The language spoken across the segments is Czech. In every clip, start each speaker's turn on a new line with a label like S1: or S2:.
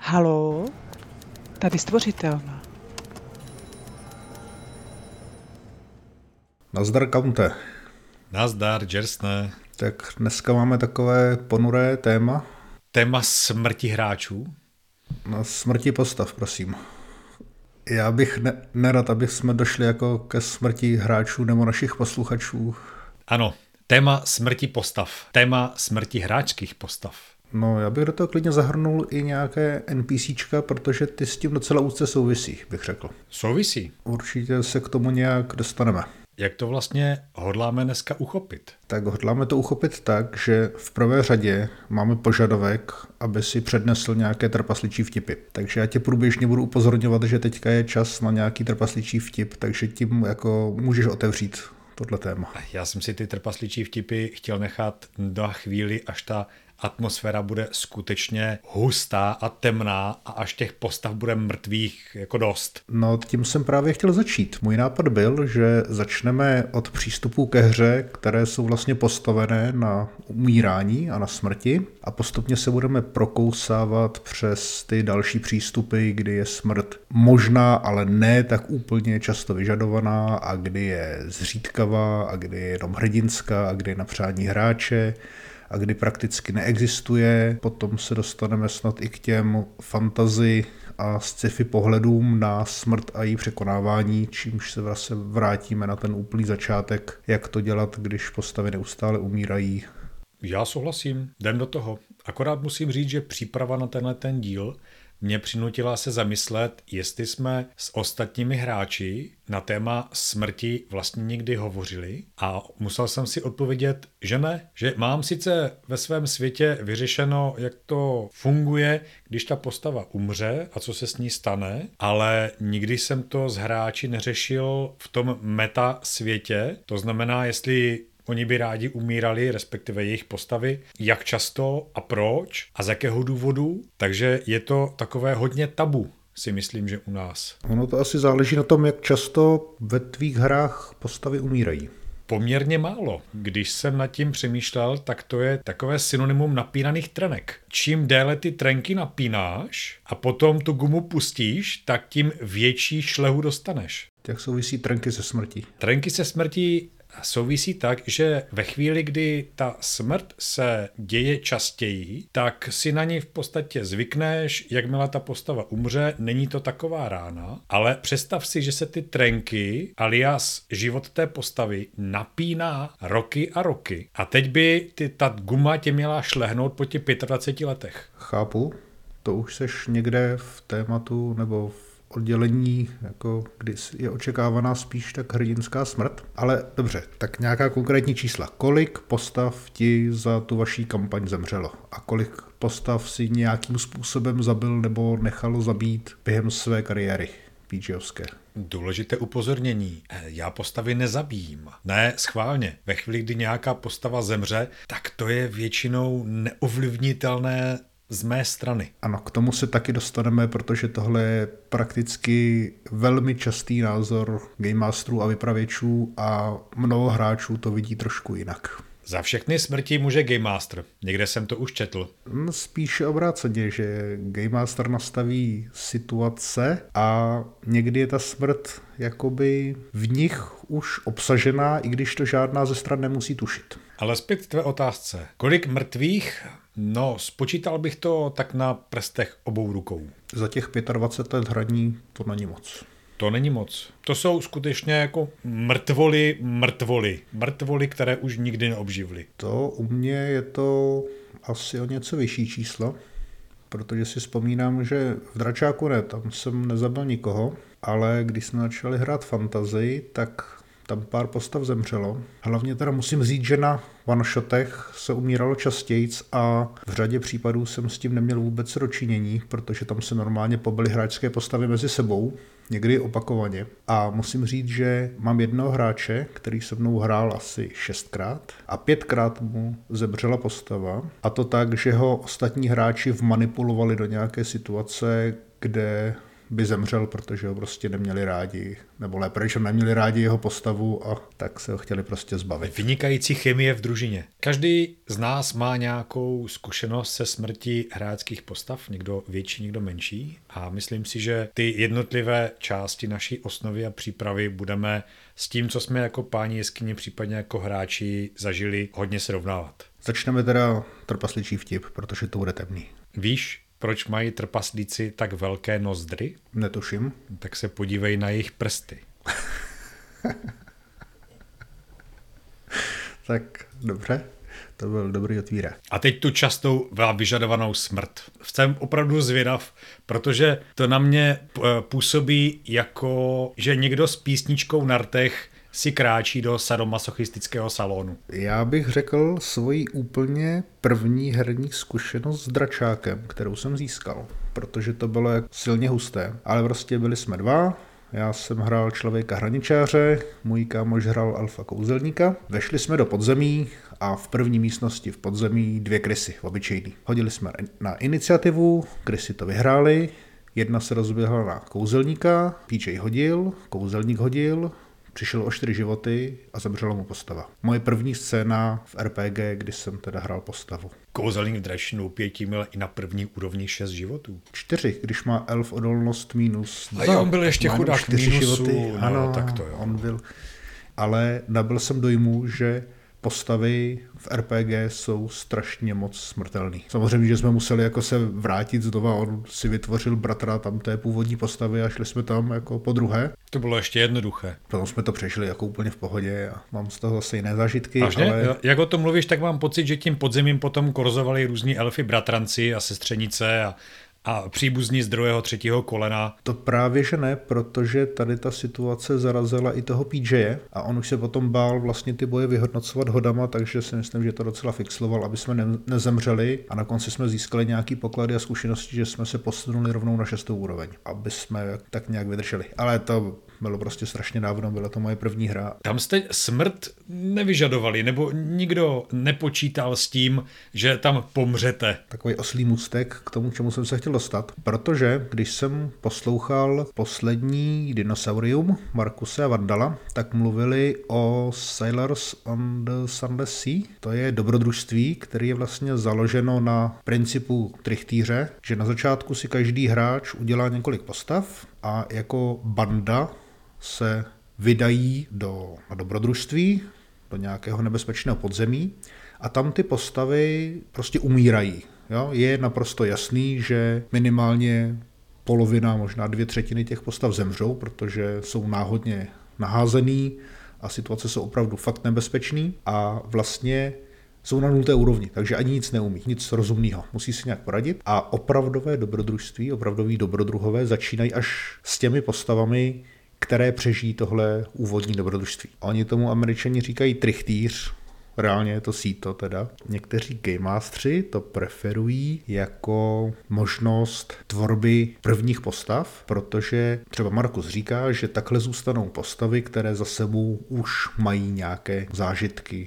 S1: Haló, tady Stvořitelna.
S2: Nazdar, Kaunte.
S3: Nazdar, Džersne.
S2: Tak dneska máme takové ponuré téma.
S3: Téma smrti hráčů?
S2: Na smrti postav, prosím. Já bych nerad, aby jsme došli jako ke smrti hráčů nebo našich posluchačů.
S3: Ano, téma smrti postav. Téma smrti hráčských postav.
S2: No, já bych do toho klidně zahrnul i nějaké NPCčka, protože ty s tím docela úzce souvisí, bych řekl.
S3: Souvisí.
S2: Určitě se k tomu nějak dostaneme.
S3: Jak to vlastně hodláme dneska uchopit?
S2: Tak hodláme to uchopit tak, že v prvé řadě máme požadavek, aby si přednesl nějaké trpasličí vtipy. Takže já tě průběžně budu upozorňovat, že teďka je čas na nějaký trpasličí vtip, takže tím jako můžeš otevřít tohle téma.
S3: Já jsem si ty trpasličí vtipy chtěl nechat do chvíli, až ta atmosféra bude skutečně hustá a temná a až těch postav bude mrtvých jako dost.
S2: No, tím jsem právě chtěl začít. Můj nápad byl, že začneme od přístupů ke hře, které jsou vlastně postavené na umírání a na smrti a postupně se budeme prokousávat přes ty další přístupy, kdy je smrt možná, ale ne tak úplně často vyžadovaná a kdy je zřídkavá a kdy je jenom hrdinská a kdy je na přání hráče a kdy prakticky neexistuje. Potom se dostaneme snad i k těm fantasy a sci-fi pohledům na smrt a její překonávání, čímž se vlastně vrátíme na ten úplný začátek, jak to dělat, když postavy neustále umírají.
S3: Já souhlasím, jdem do toho. Akorát musím říct, že příprava na tenhle ten díl mě přinutila se zamyslet, jestli jsme s ostatními hráči na téma smrti vlastně někdy hovořili a musel jsem si odpovědět, že ne, že mám sice ve svém světě vyřešeno, jak to funguje, když ta postava umře a co se s ní stane, ale nikdy jsem to s hráči neřešil v tom meta světě, to znamená, jestli oni by rádi umírali, respektive jejich postavy, jak často a proč a z jakého důvodu, takže je to takové hodně tabu, si myslím, že u nás.
S2: Ono to asi záleží na tom, jak často ve tvých hrách postavy umírají.
S3: Poměrně málo. Když jsem nad tím přemýšlel, tak to je takové synonymum napínaných trenek. Čím déle ty trenky napínáš a potom tu gumu pustíš, tak tím větší šlehu dostaneš.
S2: Jak souvisí trenky se smrtí?
S3: Trenky se smrtí souvisí tak, že ve chvíli, kdy ta smrt se děje častěji, tak si na ní v podstatě zvykneš, jakmile ta postava umře, není to taková rána, ale představ si, že se ty trenky alias život té postavy napíná roky a roky. A teď by ta guma tě měla šlehnout po těch 25 letech.
S2: Chápu, to už seš někde v tématu nebo v oddělení, jako kdy je očekávaná spíš tak hrdinská smrt. Ale dobře, tak nějaká konkrétní čísla. Kolik postav ti za tu vaší kampaň zemřelo? A kolik postav si nějakým způsobem zabil nebo nechalo zabít během své kariéry PGovské?
S3: Důležité upozornění. Já postavy nezabijím. Ne, schválně. Ve chvíli, kdy nějaká postava zemře, tak to je většinou neovlivnitelné z mé strany.
S2: Ano, k tomu se taky dostaneme, protože tohle je prakticky velmi častý názor game masterů a vypravěčů a mnoho hráčů to vidí trošku jinak.
S3: Za všechny smrti může Game Master. Někde jsem to už četl.
S2: Spíše obráceně, že Game Master nastaví situace a někdy je ta smrt jakoby v nich už obsažená, i když to žádná ze stran nemusí tušit.
S3: Ale zpět k tvé otázce. Kolik mrtvých? No, spočítal bych to tak na prstech obou rukou.
S2: Za těch 25 let hraní to není moc.
S3: To není moc. To jsou skutečně jako mrtvoly, které už nikdy neobživly.
S2: To u mě je to asi o něco vyšší číslo, protože si vzpomínám, že v Dračáku ne, tam jsem nezabil nikoho, ale když jsme začali hrát fantasy, tak tam pár postav zemřelo. Hlavně teda musím říct, že na one-shotech se umíralo častějc a v řadě případů jsem s tím neměl vůbec dočinění, protože tam se normálně pobily hráčské postavy mezi sebou, někdy opakovaně. A musím říct, že mám jednoho hráče, který se mnou hrál asi 6krát a 5krát mu zemřela postava. A to tak, že ho ostatní hráči vmanipulovali do nějaké situace, kde by zemřel, protože ho prostě neměli rádi, nebo lépe, že neměli rádi jeho postavu a tak se ho chtěli prostě zbavit.
S3: Vynikající chemie v družině. Každý z nás má nějakou zkušenost se smrti hráčských postav, někdo větší, někdo menší, a myslím si, že ty jednotlivé části naší osnovy a přípravy budeme s tím, co jsme jako páni jeskyně, případně jako hráči zažili, hodně srovnávat.
S2: Začneme teda trpasličí vtip, protože to bude temný.
S3: Víš, proč mají trpaslíci tak velké nozdry?
S2: Netuším.
S3: Tak se podívej na jejich prsty.
S2: Tak dobře, to byl dobrý otvírák.
S3: A teď tu častou a vyžadovanou smrt. Jsem opravdu zvědav, protože to na mě působí jako, že někdo s písničkou na rtech si kráčí do sadomasochistického salonu.
S2: Já bych řekl svoji úplně první herní zkušenost s dračákem, kterou jsem získal, protože to bylo silně husté. Ale prostě byli jsme dva, já jsem hrál člověka hraničáře, můj kámoš hrál alfa kouzelníka. Vešli jsme do podzemí a v první místnosti v podzemí 2 krysy, obyčejný. Hodili jsme na iniciativu, krysy to vyhráli, jedna se rozběhla na kouzelníka, PJ hodil, kouzelník hodil, přišel o 4 životy a zemřela mu postava. Moje první scéna v RPG, kdy jsem teda hrál postavu.
S3: Kouzelník v Dračinu 5 měl i na první úrovni 6 životů.
S2: 4, když má elf odolnost minus 2.
S3: A jo, on byl ještě chudák minusu, no,
S2: ano,
S3: tak to jo.
S2: On byl. Ale nabyl jsem dojmu, že postavy v RPG jsou strašně moc smrtelný. Samozřejmě, že jsme museli jako se vrátit znova, on si vytvořil bratra tam té původní postavy a šli jsme tam jako po druhé.
S3: To bylo ještě jednoduché.
S2: Potom jsme to přešli jako úplně v pohodě a mám z toho zase jiné zážitky.
S3: Vážně?
S2: Ale...
S3: Jak o tom mluvíš, tak mám pocit, že tím podzemím potom korzovali různí elfy, bratranci a sestřenice a příbuzní z 2., 3. kolena.
S2: To právě, že ne, protože tady ta situace zarazila i toho PJ a on už se potom bál vlastně ty boje vyhodnocovat hodama, takže si myslím, že to docela fixloval, aby jsme nezemřeli a na konci jsme získali nějaký poklady a zkušenosti, že jsme se posunuli rovnou na 6. úroveň, aby jsme tak nějak vydrželi. Ale to bylo prostě strašně dávno, byla to moje první hra.
S3: Tam jste smrt nevyžadovali, nebo nikdo nepočítal s tím, že tam pomřete.
S2: Takový oslý můstek k tomu, čemu jsem se chtěl dostat, protože když jsem poslouchal poslední Dinosaurium Markuse a Vandala, tak mluvili o Sailors on the Sunless Sea. To je dobrodružství, které je vlastně založeno na principu trichtýře, že na začátku si každý hráč udělá několik postav a jako banda se vydají na dobrodružství, do nějakého nebezpečného podzemí a tam ty postavy prostě umírají. Jo? Je naprosto jasný, že minimálně polovina, možná 2/3 těch postav zemřou, protože jsou náhodně naházený a situace jsou opravdu fakt nebezpečný a vlastně jsou na 0. úrovni, takže ani nic neumí, nic rozumného. Musí si nějak poradit a opravdové dobrodružství, opravdoví dobrodruhové začínají až s těmi postavami, které přežijí tohle úvodní dobrodružství. Oni tomu Američani říkají trichtýř, reálně je to síto teda. Někteří game masteři to preferují jako možnost tvorby prvních postav, protože třeba Markus říká, že takhle zůstanou postavy, které za sebou už mají nějaké zážitky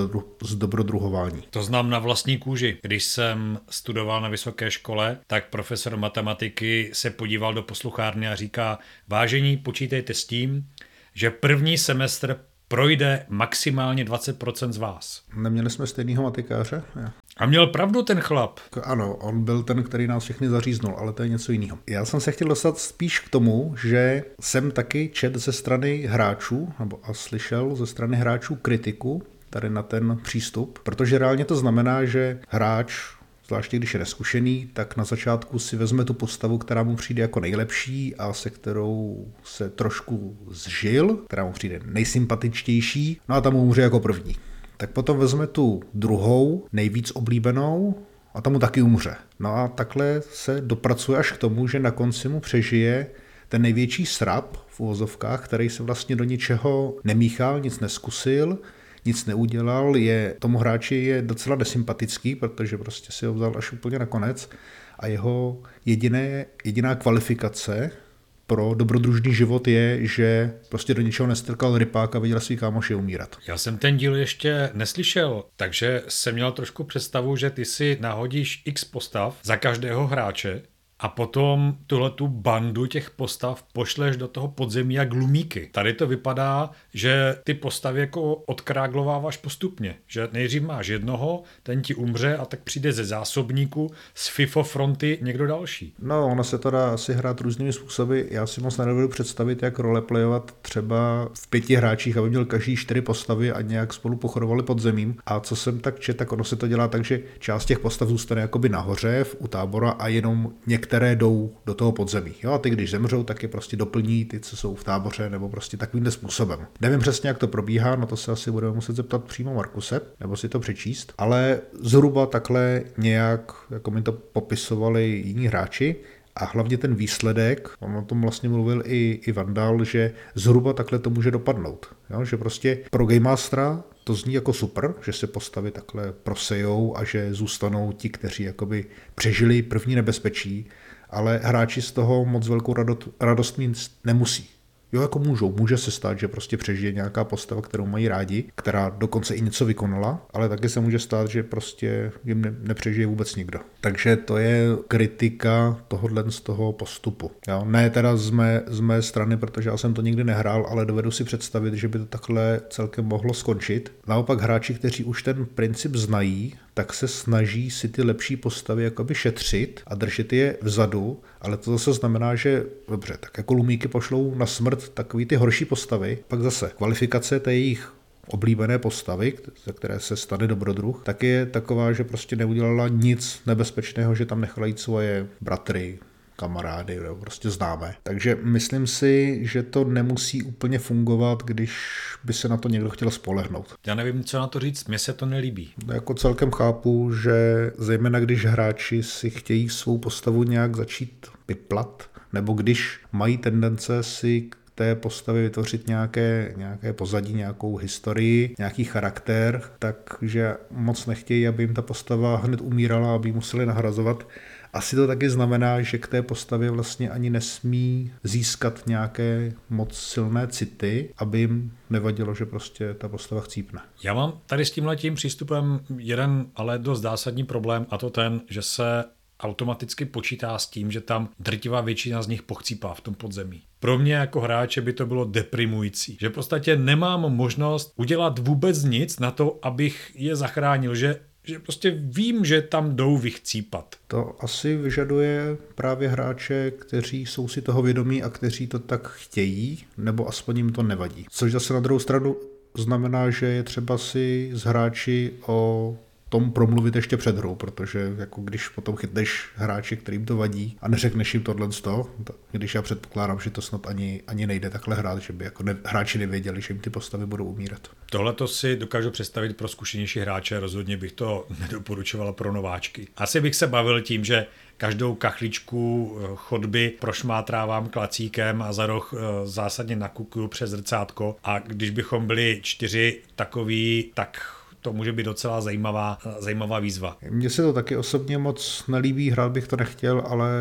S2: z dobrodruhování.
S3: To znám na vlastní kůži. Když jsem studoval na vysoké škole, tak profesor matematiky se podíval do posluchárny a říká: vážení, počítejte s tím, že první semestr projde maximálně 20% z vás.
S2: Neměli jsme stejného matikáře?
S3: A měl pravdu ten chlap.
S2: Ano, on byl ten, který nás všechny zaříznul, ale to je něco jiného. Já jsem se chtěl dostat spíš k tomu, že jsem taky četl ze strany hráčů, a slyšel ze strany hráčů kritiku tady na ten přístup, protože reálně to znamená, že hráč, zvláště když je neskušený, tak na začátku si vezme tu postavu, která mu přijde jako nejlepší a se kterou se trošku zžil, která mu přijde nejsympatičtější, no a tam mu umře jako první. Tak potom vezme tu druhou, nejvíc oblíbenou a tam mu taky umře. No a takhle se dopracuje až k tomu, že na konci mu přežije ten největší srab v uvozovkách, který se vlastně do ničeho nemíchal, nic neskusil, nic neudělal, tomu hráči je docela nesympatický, protože prostě si ho vzal až úplně nakonec a jeho jediná kvalifikace pro dobrodružný život je, že prostě do ničeho nestrkal rypák a viděl svý kámoši umírat.
S3: Já jsem ten díl ještě neslyšel, takže jsem měl trošku představu, že ty si nahodíš x postav za každého hráče a potom tuhletu bandu těch postav pošleš do toho podzemí jak lumíky. Tady to vypadá, že ty postavy jako odkráglováváš postupně, že nejdřív máš jednoho, ten ti umře a tak přijde ze zásobníku z FIFO fronty někdo další.
S2: No, ono se to dá asi hrát různými způsoby. Já si moc nedovedu představit, jak roleplayovat třeba v 5 hráčích, aby měl každý 4 postavy a nějak spolu pochodovali pod zemím. A co jsem tak četl, tak ono se to dělá tak, že část těch postav zůstane jakoby nahoře u tábora a jenom některé jdou do toho podzemí. Jo, a ty, když zemřou, tak je prostě doplní ty, co jsou v táboře, nebo prostě takovýmhle způsobem. Nevím přesně, jak to probíhá, na to se asi budeme muset zeptat přímo Markuse, nebo si to přečíst, ale zhruba takhle nějak, jako mi to popisovali jiní hráči, a hlavně ten výsledek, on o tom vlastně mluvil i Vandal, že zhruba takhle to může dopadnout. Jo? Že prostě pro Game Mastera to zní jako super, že se postavy takhle prosejou a že zůstanou ti, kteří jakoby přežili první nebezpečí, ale hráči z toho moc velkou radost mít nemusí. Jo, jako může se stát, že prostě přežije nějaká postava, kterou mají rádi, která dokonce i něco vykonala, ale taky se může stát, že prostě jim nepřežije vůbec nikdo. Takže to je kritika tohohle z toho postupu. Jo, ne teda z mé strany, protože já jsem to nikdy nehrál, ale dovedu si představit, že by to takhle celkem mohlo skončit. Naopak hráči, kteří už ten princip znají, tak se snaží si ty lepší postavy jakoby šetřit a držet je vzadu, ale to zase znamená, že dobře, tak jako lumíky pošlou na smrt takový ty horší postavy, pak zase kvalifikace té jejich oblíbené postavy, ze které se stane dobrodruh, tak je taková, že prostě neudělala nic nebezpečného, že tam nechala jít svoje bratry, kamarády, prostě známe. Takže myslím si, že to nemusí úplně fungovat, když by se na to někdo chtěl spolehnout.
S3: Já nevím, co na to říct, mně se to nelíbí.
S2: Jako celkem chápu, že zejména když hráči si chtějí svou postavu nějak začít piplat, nebo když mají tendence si k té postavě vytvořit nějaké pozadí, nějakou historii, nějaký charakter, takže moc nechtějí, aby jim ta postava hned umírala, aby ji museli nahrazovat. Asi to taky znamená, že k té postavě vlastně ani nesmí získat nějaké moc silné city, aby jim nevadilo, že prostě ta postava chcípne.
S3: Já mám tady s tímhletím přístupem jeden, ale dost zásadní problém, a to ten, že se automaticky počítá s tím, že tam drtivá většina z nich pochcípá v tom podzemí. Pro mě jako hráče by to bylo deprimující, že v podstatě nemám možnost udělat vůbec nic na to, abych je zachránil, že prostě vím, že tam jdou vychcípat.
S2: To asi vyžaduje právě hráče, kteří jsou si toho vědomí a kteří to tak chtějí, nebo aspoň jim to nevadí. Což zase na druhou stranu znamená, že je třeba si s hráči o tom promluvit ještě před hrou, protože jako když potom chytneš hráče, kterým to vadí a neřekneš jim tohle z toho, když já předpokládám, že to snad ani nejde takhle hrát, že by jako hráči nevěděli, že jim ty postavy budou umírat.
S3: Tohle to si dokážu představit pro zkušenější hráče, rozhodně bych to nedoporučoval pro nováčky. Asi bych se bavil tím, že každou kachličku chodby prošmátrávám klacíkem a za roh zásadně nakukuju přes zrcátko, a když bychom byli 4 takový, tak to může být docela zajímavá výzva.
S2: Mně se to taky osobně moc nelíbí, hrát bych to nechtěl, ale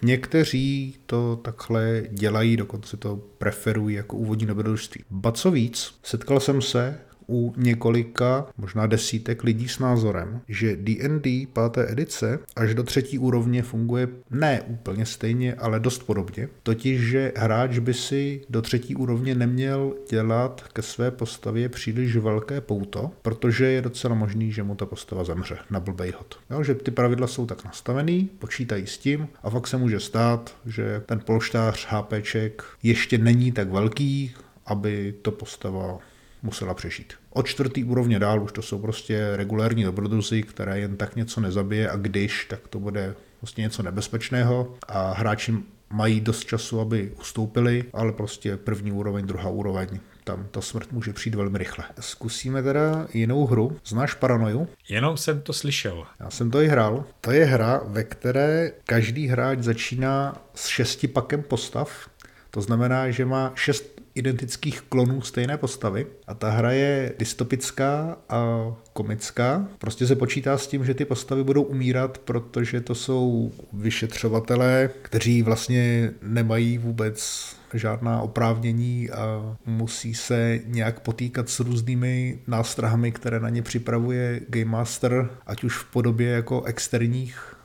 S2: někteří to takhle dělají, dokonce to preferují jako úvodní dobrodružství. Ba co víc, setkal jsem se u několika, možná desítek lidí s názorem, že D&D 5. edice až do 3. úrovně funguje ne úplně stejně, ale dost podobně. Totiž, že hráč by si do 3. úrovně neměl dělat ke své postavě příliš velké pouto, protože je docela možný, že mu ta postava zemře na blbej hod. Jo, že ty pravidla jsou tak nastavený, počítají s tím a fakt se může stát, že ten polštář HPček ještě není tak velký, aby to postava musela přežít. Od 4. úrovně dál už to jsou prostě regulérní dobrodruzi, které jen tak něco nezabije, a když, tak to bude prostě něco nebezpečného a hráči mají dost času, aby ustoupili, ale prostě 1. úroveň, 2. úroveň, tam ta smrt může přijít velmi rychle. Zkusíme teda jinou hru. Znáš Paranoju?
S3: Jenom jsem to slyšel.
S2: Já jsem to i hrál. To je hra, ve které každý hráč začíná s 6 pakem postav. To znamená, že má 6 identických klonů stejné postavy a ta hra je dystopická a komická. Prostě se počítá s tím, že ty postavy budou umírat, protože to jsou vyšetřovatelé, kteří vlastně nemají vůbec žádná oprávnění a musí se nějak potýkat s různými nástrahami, které na ně připravuje Game Master, ať už v podobě jako externích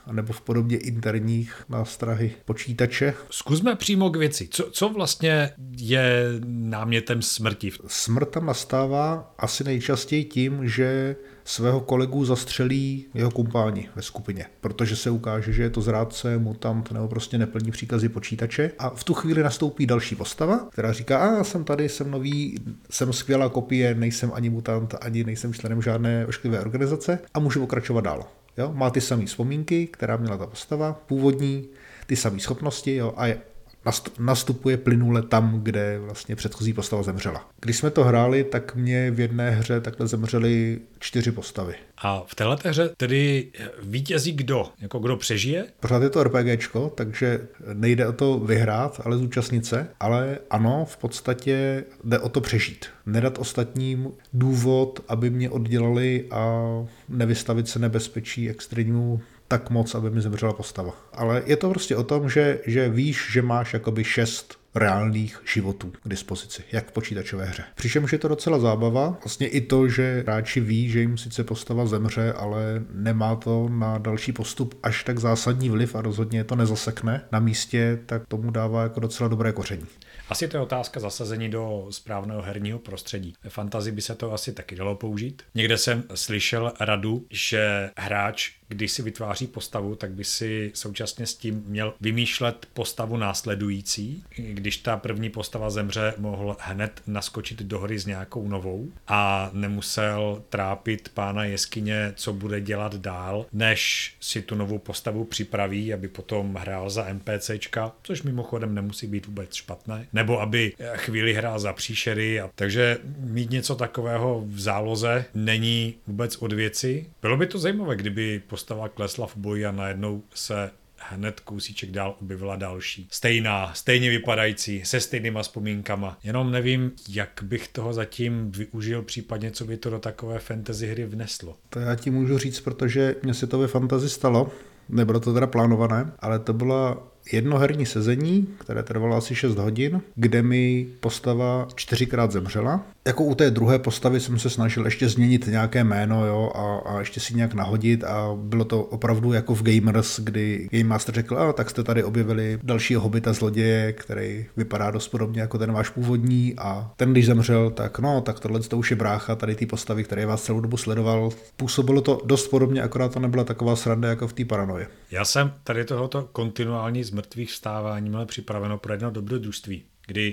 S2: nebo v podobě interních nástrahy počítače.
S3: Zkusme přímo k věci. Co vlastně je námětem smrti?
S2: Smrt tam nastává asi nejčastěji tím, že svého kolegu zastřelí jeho kumpáni ve skupině, protože se ukáže, že je to zrádce, mutant nebo prostě neplní příkazy počítače a v tu chvíli nastoupí další postava, která říká, jsem tady, jsem nový, jsem skvělá kopie, nejsem ani mutant, ani nejsem členem žádné ošklivé organizace a můžu pokračovat dál. Jo? Má ty samé vzpomínky, která měla ta postava, původní, ty samé schopnosti, jo? A nastupuje plynule tam, kde vlastně předchozí postava zemřela. Když jsme to hráli, tak mě v jedné hře takhle zemřely 4 postavy.
S3: A v této hře tedy vítězí kdo? Jako kdo přežije?
S2: Pořád je to RPGčko, takže nejde o to vyhrát, ale zúčastnit se. Ale ano, v podstatě jde o to přežít. Nedat ostatním důvod, aby mě oddělali a nevystavit se nebezpečí extrémnímu tak moc, aby mi zemřela postava. Ale je to prostě o tom, že víš, že máš jakoby 6 reálných životů k dispozici, jak v počítačové hře. Přičemž je to docela zábava, vlastně i to, že hráči ví, že jim sice postava zemře, ale nemá to na další postup až tak zásadní vliv a rozhodně to nezasekne na místě, tak tomu dává jako docela dobré koření.
S3: Asi to je otázka zasazení do správného herního prostředí. Ve fantazii by se to asi taky dalo použít. Někde jsem slyšel radu, že hráč, když si vytváří postavu, tak by si současně s tím měl vymýšlet postavu následující. Když ta první postava zemře, mohl hned naskočit do hry s nějakou novou a nemusel trápit pána jeskyně, co bude dělat dál, než si tu novou postavu připraví, aby potom hrál za NPCčka, což mimochodem nemusí být vůbec špatné, nebo aby chvíli hrál za příšery. Takže mít něco takového v záloze není vůbec od věci. Bylo by to zajímavé, kdyby postava klesla v boji a najednou se hned kousíček dál objevila další. Stejně vypadající, se stejnýma vzpomínkama. Jenom nevím, jak bych toho zatím využil, případně co by to do takové fantasy hry vneslo.
S2: To já ti můžu říct, protože mně se to ve fantasy stalo. Nebylo to teda plánované, ale to byla jednoherní sezení, které trvalo asi 6 hodin, kde mi postava 4krát zemřela. Jako u té druhé postavy jsem se snažil ještě změnit nějaké jméno, jo, a ještě si nějak nahodit a bylo to opravdu jako v Gamers, kdy Game Master řekl, tak jste tady objevili dalšího hobita zloděje, který vypadá dost podobně jako ten váš původní a ten, když zemřel, tak tohle to už je brácha tady té postavy, který vás celou dobu sledoval. Působilo to dost podobně, akorát to nebyla taková sranda jako v té Paranoje.
S3: Já jsem tady tohoto kontinuální z mrtvých vstávání měl připraveno pro jedno dobrodružství, kdy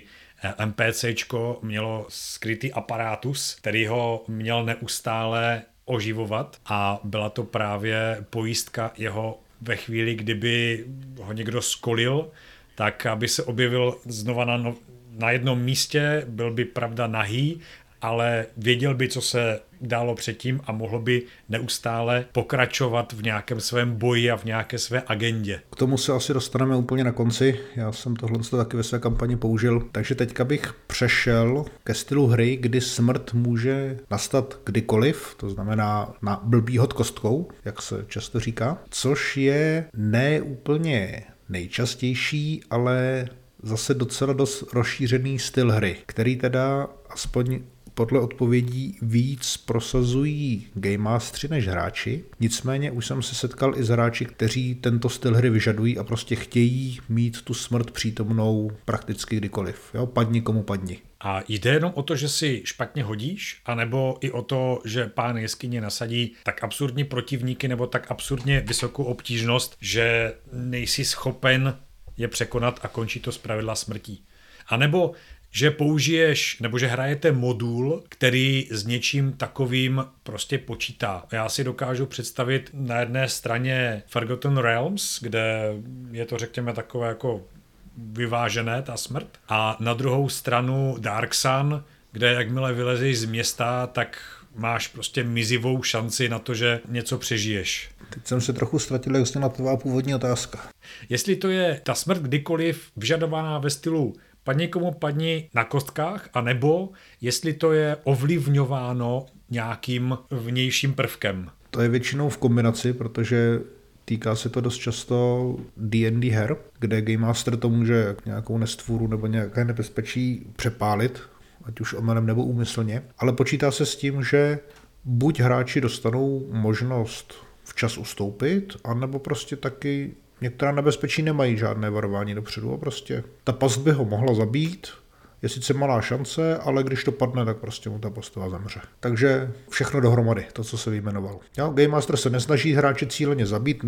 S3: NPCčko mělo skrytý aparátus, který ho měl neustále oživovat a byla to právě pojistka jeho ve chvíli, kdyby ho někdo skolil, tak aby se objevil znova na jednom místě, byl by pravda nahý, ale věděl by, co se dálo předtím a mohl by neustále pokračovat v nějakém svém boji a v nějaké své agendě.
S2: K tomu se asi dostaneme úplně na konci. Já jsem tohle taky ve své kampani použil. Takže teďka bych přešel ke stylu hry, kdy smrt může nastat kdykoliv, to znamená na blbý hod kostkou, jak se často říká, což je ne úplně nejčastější, ale zase docela dost rozšířený styl hry, který teda aspoň podle odpovědí víc prosazují Game Masteři než hráči. Nicméně už jsem se setkal i s hráči, kteří tento styl hry vyžadují a prostě chtějí mít tu smrt přítomnou prakticky kdykoliv. Jo? Padni komu padni.
S3: A jde jenom o to, že si špatně hodíš, anebo i o to, že pán jeskyně nasadí tak absurdní protivníky nebo tak absurdně vysokou obtížnost, že nejsi schopen je překonat a končí to zpravidla smrtí. A nebo že použiješ, nebo že hrajete modul, který s něčím takovým prostě počítá. Já si dokážu představit na jedné straně Forgotten Realms, kde je to, řekněme, takové jako vyvážené, ta smrt, a na druhou stranu Dark Sun, kde jakmile vylezeš z města, tak máš prostě mizivou šanci na to, že něco přežiješ.
S2: Teď jsem se trochu ztratil, jak na tvá původní otázka.
S3: Jestli to je ta smrt kdykoliv vyžadovaná ve stylu padni komu padni na kostkách, anebo jestli to je ovlivňováno nějakým vnějším prvkem.
S2: To je většinou v kombinaci, protože týká se to dost často D&D her, kde Game Master to může nějakou nestvůru nebo nějaké nebezpečí přepálit, ať už omylem nebo úmyslně, ale počítá se s tím, že buď hráči dostanou možnost včas ustoupit, anebo prostě taky některá nebezpečí nemají žádné varování dopředu a prostě ta past by ho mohla zabít. Je sice malá šance, ale když to padne, tak prostě mu ta postava zemře. Takže všechno dohromady, to, co se vyjmenoval. Game Master se nesnaží hráče cíleně zabít,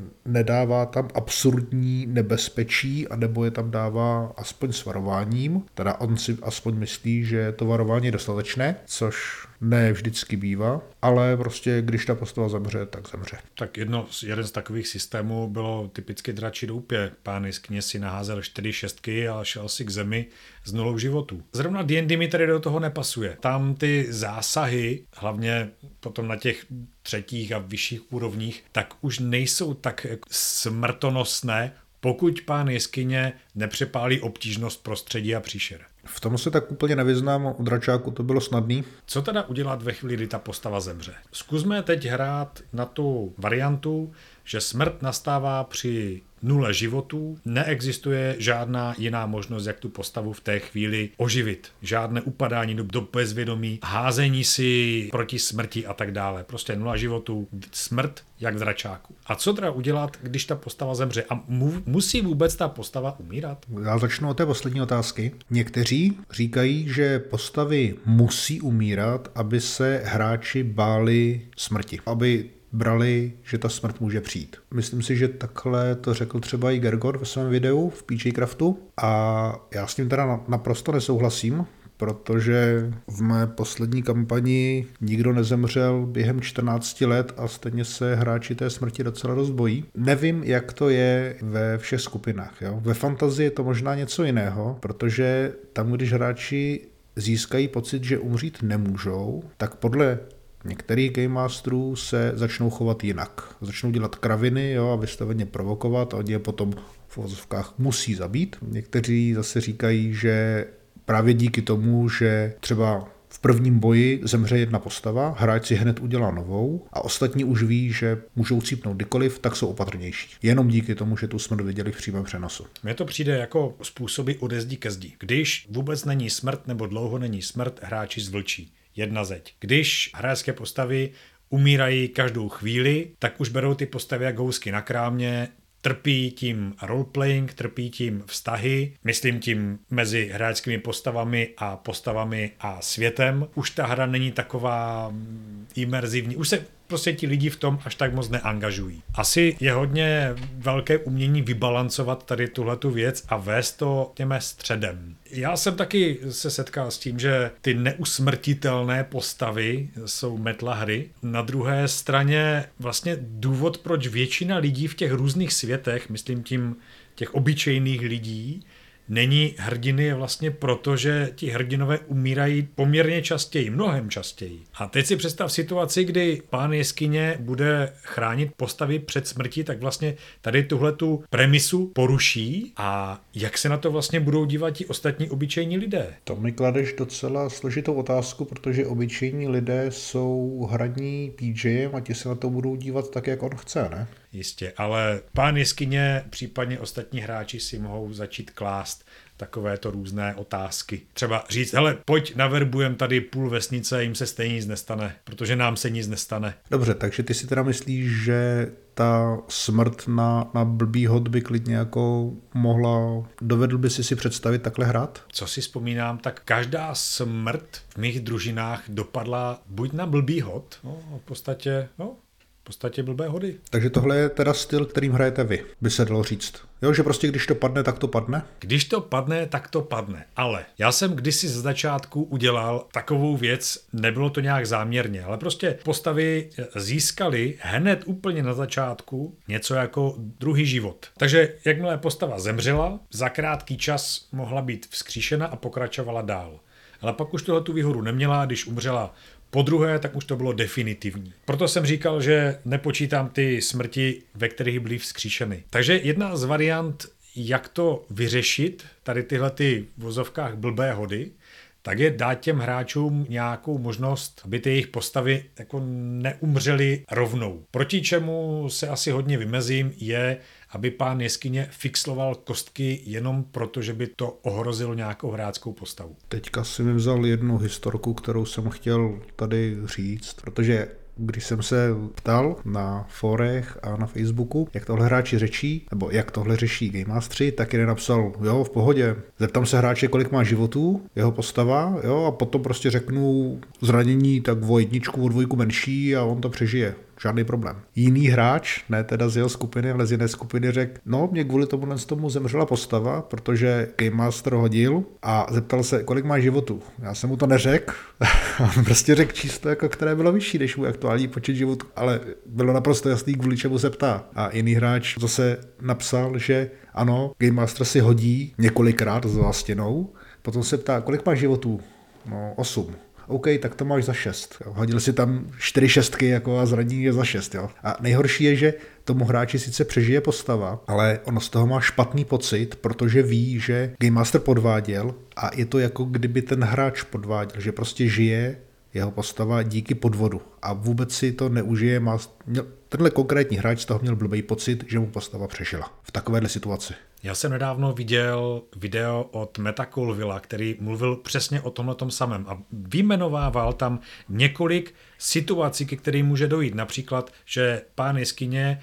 S2: nedává tam absurdní nebezpečí, anebo je tam dává aspoň s varováním. Teda on si aspoň myslí, že to varování je dostatečné, což ne vždycky bývá, ale prostě když ta postava zemře, tak zemře.
S3: Tak jeden z takových systémů bylo typicky Dračí doupě. Pán jeskyně si naházel 4 šestky a šel si k zemi s 0 životů. Zrovna D&D mi tady do toho nepasuje. Tam ty zásahy, hlavně potom na těch 3. a vyšších úrovních, tak už nejsou tak smrtonosné, pokud pán jeskyně nepřepálí obtížnost prostředí a příšer.
S2: V tom se tak úplně nevyznám, u dračáku to bylo snadný.
S3: Co teda udělat ve chvíli, kdy ta postava zemře? Zkusme teď hrát na tu variantu, že smrt nastává při 0 životů, neexistuje žádná jiná možnost, jak tu postavu v té chvíli oživit. Žádné upadání do bezvědomí, házení si proti smrti a tak dále. Prostě 0 životů, smrt jak v dračáku. A co teda udělat, když ta postava zemře? A musí vůbec ta postava umírat?
S2: Já začnu od té poslední otázky. Někteří říkají, že postavy musí umírat, aby se hráči báli smrti. Aby brali, že ta smrt může přijít. Myslím si, že takhle to řekl třeba i Gergor ve svém videu v PJ Craftu a já s tím teda naprosto nesouhlasím, protože v mé poslední kampani nikdo nezemřel během 14 let a stejně se hráči té smrti docela dost bojí. Nevím, jak to je ve všech skupinách. Jo? Ve fantazii je to možná něco jiného, protože tam, když hráči získají pocit, že umřít nemůžou, tak podle některých Game Masterů se začnou chovat jinak. Začnou dělat kraviny, jo, a vystaveně provokovat a oni je potom v uvozovkách musí zabít. Někteří zase říkají, že právě díky tomu, že třeba v prvním boji zemře jedna postava, hráč si hned udělá novou a ostatní už ví, že můžou cípnout kdykoliv, tak jsou opatrnější. Jenom díky tomu, že tu smrt viděli v přímém přenosu.
S3: Mně to přijde jako způsoby ode zdi ke zdi. Když vůbec není smrt nebo dlouho není smrt, hráči zvlčí. Jedna zeď. Když hráčské postavy umírají každou chvíli, tak už berou ty postavy jak housky na krámě, trpí tím roleplaying, trpí tím vztahy, myslím tím mezi hráčskými postavami a světem. Už ta hra není taková imerzivní, už se prostě ti lidi v tom až tak moc neangažují. Asi je hodně velké umění vybalancovat tady tuhletu věc a vést to těm středem. Já jsem taky se setkal s tím, že ty neusmrtitelné postavy jsou metla hry. Na druhé straně vlastně důvod, proč většina lidí v těch různých světech, myslím tím těch obyčejných lidí, není hrdiny je vlastně proto, že ti hrdinové umírají poměrně častěji, mnohem častěji. A teď si představ situaci, kdy pán jeskyně bude chránit postavy před smrtí, tak vlastně tady tuhletu premisu poruší a jak se na to vlastně budou dívat ti ostatní obyčejní lidé?
S2: To mi kladeš docela složitou otázku, protože obyčejní lidé jsou hraní PJem a ti se na to budou dívat tak, jak on chce, ne?
S3: Jistě, ale pán jeskyně, případně ostatní hráči si mohou začít klást takovéto různé otázky. Třeba říct, hele, pojď naverbujem tady půl vesnice, jim se stejně nic nestane, protože nám se nic nestane.
S2: Dobře, takže ty si teda myslíš, že ta smrt na blbý hod by klidně jako mohla, dovedl by si představit takhle hrát?
S3: Co si vzpomínám, tak každá smrt v mých družinách dopadla buď na blbý hod, v podstatě blbé hody.
S2: Takže tohle je teda styl, kterým hrajete vy, by se dalo říct. Jo, že prostě když to padne, tak to padne?
S3: Když to padne, tak to padne. Ale já jsem kdysi ze začátku udělal takovou věc, nebylo to nějak záměrně, ale prostě postavy získaly hned úplně na začátku něco jako druhý život. Takže jakmile postava zemřela, za krátký čas mohla být vzkříšena a pokračovala dál. Ale pak už tu výhodu neměla, když umřela po druhé, tak už to bylo definitivní. Proto jsem říkal, že nepočítám ty smrti, ve kterých byly vzkříšeny. Takže jedna z variant, jak to vyřešit, tady tyhle ty v vozovkách blbé hody, tak je dát těm hráčům nějakou možnost, aby ty jejich postavy jako neumřely rovnou. Proti čemu se asi hodně vymezím, je, aby pán jeskyně fixloval kostky jenom proto, že by to ohrozilo nějakou hráčskou postavu.
S2: Teďka si mi vzal jednu historku, kterou jsem chtěl tady říct, protože když jsem se ptal na fórech a na Facebooku, jak tohle hráči řečí, nebo jak tohle řeší Game Mastery, tak jeden napsal, jo, v pohodě. Zeptám se hráče, kolik má životů, jeho postava, jo, a potom prostě řeknu zranění tak o 1, o 2 menší a on to přežije. Žádný problém. Jiný hráč, ne teda z jeho skupiny, ale z jiné skupiny řekl, no, mě kvůli tomu zemřela postava, protože Game Master hodil a zeptal se, kolik má životů. Já jsem mu to neřekl, on prostě řekl číslo, jako které bylo vyšší než můj aktuální počet životů, ale bylo naprosto jasný, kvůli čemu se ptá. A jiný hráč zase napsal, že ano, Game Master si hodí několikrát za stěnou, potom se ptá, kolik má životů? No, 8. OK, tak to máš za 6. Jo. Hodil si tam 4 šestky jako a zranění je za 6. Jo. A nejhorší je, že tomu hráči sice přežije postava, ale ono z toho má špatný pocit, protože ví, že Game Master podváděl a je to jako kdyby ten hráč podváděl, že prostě žije jeho postava díky podvodu a vůbec si to neužije. Tenhle konkrétní hráč z toho měl blbý pocit, že mu postava přežila v takovéhle situaci.
S3: Já jsem nedávno viděl video od Meta Colvilla, který mluvil přesně o tomhletom samém a vyjmenovával tam několik situací, ke kterým může dojít. Například, že pán jeskyně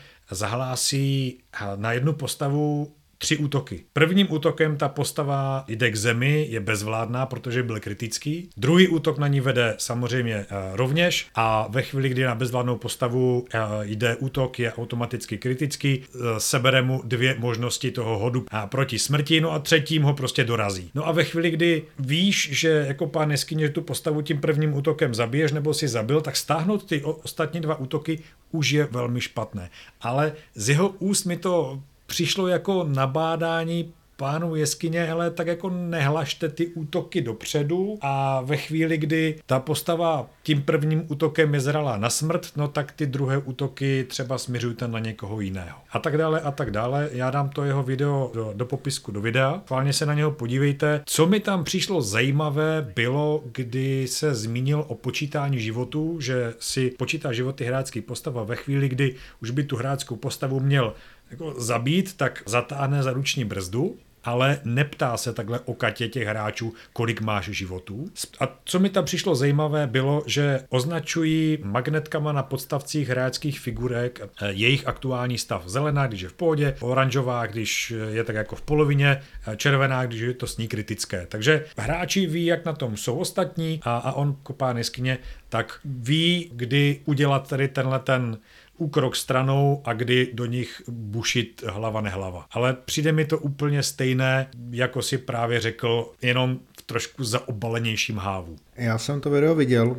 S3: zahlásí na jednu postavu 3 útoky. Prvním útokem ta postava jde k zemi, je bezvládná, protože byl kritický. Druhý útok na ní vede samozřejmě rovněž a ve chvíli, kdy na bezvládnou postavu jde útok, je automaticky kritický, sebere mu 2 možnosti toho hodu proti smrti, no a třetím ho prostě dorazí. No a ve chvíli, kdy víš, že jako pán jeskyně tu postavu tím prvním útokem zabiješ nebo si zabil, tak stáhnout ty ostatní 2 útoky už je velmi špatné. Ale z jeho úst mi to přišlo jako nabádání pánu jeskyně, hele, tak jako nehlašte ty útoky dopředu a ve chvíli, kdy ta postava tím prvním útokem je zralá na smrt, no tak ty druhé útoky třeba směřujte na někoho jiného. A tak dále a tak dále. Já dám to jeho video do popisku do videa. Chválně se na něho podívejte. Co mi tam přišlo zajímavé bylo, kdy se zmínil o počítání životů, že si počítá životy hráčský postava ve chvíli, kdy už by tu hráčskou postavu měl jako zabít, tak zatáhne za ruční brzdu, ale neptá se takhle o katě těch hráčů, kolik máš životů. A co mi tam přišlo zajímavé, bylo, že označují magnetkama na podstavcích hráčských figurek jejich aktuální stav. Zelená, když je v pohodě, oranžová, když je tak jako v polovině, červená, když je to s ní kritické. Takže hráči ví, jak na tom jsou ostatní a on, pán jeskyně, tak ví, kdy udělat tady tenhle ten úkrok stranou a kdy do nich bušit hlava nehlava. Ale přijde mi to úplně stejné, jako si právě řekl, jenom v trošku zaobalenějším hávu.
S2: Já jsem to video viděl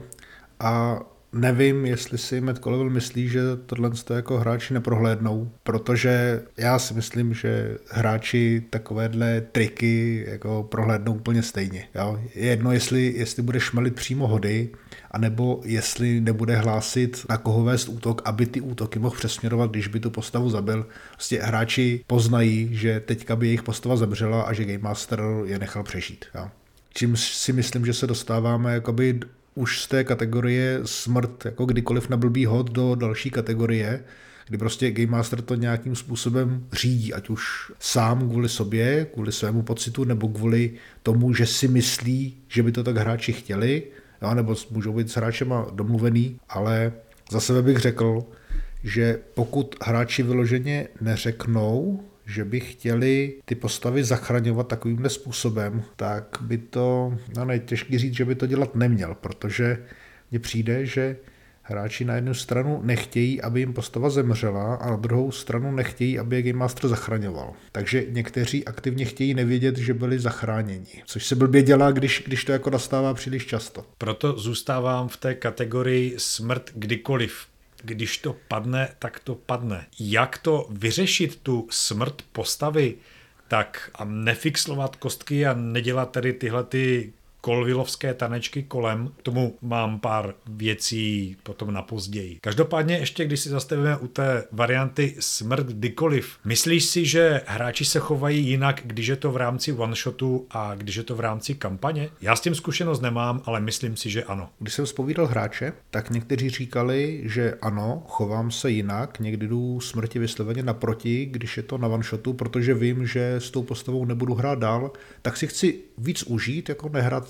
S2: a nevím, jestli si Matt Colville myslí, že tohle jako hráči neprohlédnou, protože já si myslím, že hráči takovéhle triky jako prohlédnou úplně stejně. Jo? Je jedno, jestli bude šmelit přímo hody, anebo jestli nebude hlásit, na koho vést útok, aby ty útoky mohl přesměrovat, když by tu postavu zabil. Prostě hráči poznají, že teďka by jejich postava zemřela a že Game Master je nechal přežít. Jo? Čím si myslím, že se dostáváme jakoby už z té kategorie smrt, jako kdykoliv na blbý hod, do další kategorie, kdy prostě Game Master to nějakým způsobem řídí, ať už sám kvůli sobě, kvůli svému pocitu, nebo kvůli tomu, že si myslí, že by to tak hráči chtěli, jo, nebo můžou být s hráčema domluvený, ale za sebe bych řekl, že pokud hráči vyloženě neřeknou, že by chtěli ty postavy zachraňovat takovýmhle způsobem, tak by to, těžký říct, že by to dělat neměl, protože mně přijde, že hráči na jednu stranu nechtějí, aby jim postava zemřela a na druhou stranu nechtějí, aby je Game Master zachraňoval. Takže někteří aktivně chtějí nevědět, že byli zachráněni, což se blbě dělá, když to jako nastává příliš často.
S3: Proto zůstávám v té kategorii smrt kdykoliv. Když to padne, tak to padne. Jak to vyřešit, tu smrt postavy, tak a nefixlovat kostky a nedělat tady tyhle ty kolvilovské tanečky kolem. K tomu mám pár věcí potom na později. Každopádně ještě, když si zastavíme u té varianty smrt kdykoliv, myslíš si, že hráči se chovají jinak, když je to v rámci one-shotu a když je to v rámci kampaně? Já s tím zkušenost nemám, ale myslím si, že ano.
S2: Když jsem zpovídal hráče, tak někteří říkali, že ano, chovám se jinak, někdy jdu smrti vysloveně naproti, když je to na one-shotu, protože vím, že s tou postavou nebudu hrát dál, tak si chci víc užít, jako nehrát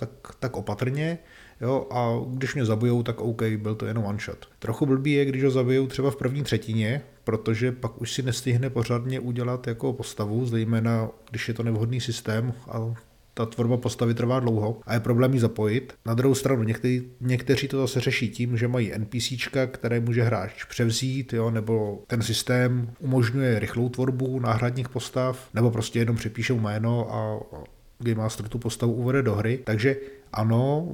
S2: tak opatrně, jo, a když mě zabijou, tak OK, byl to jenom one shot. Trochu blbý je, když ho zabijou třeba v první třetině, protože pak už si nestihne pořádně udělat jako postavu, zejména když je to nevhodný systém a ta tvorba postavy trvá dlouho a je problém ji zapojit. Na druhou stranu někteří to zase řeší tím, že mají NPCčka, které může hráč převzít, jo, nebo ten systém umožňuje rychlou tvorbu náhradních postav, nebo prostě jenom přepíšou jméno a Game Master tu postavu uvede do hry. Takže ano,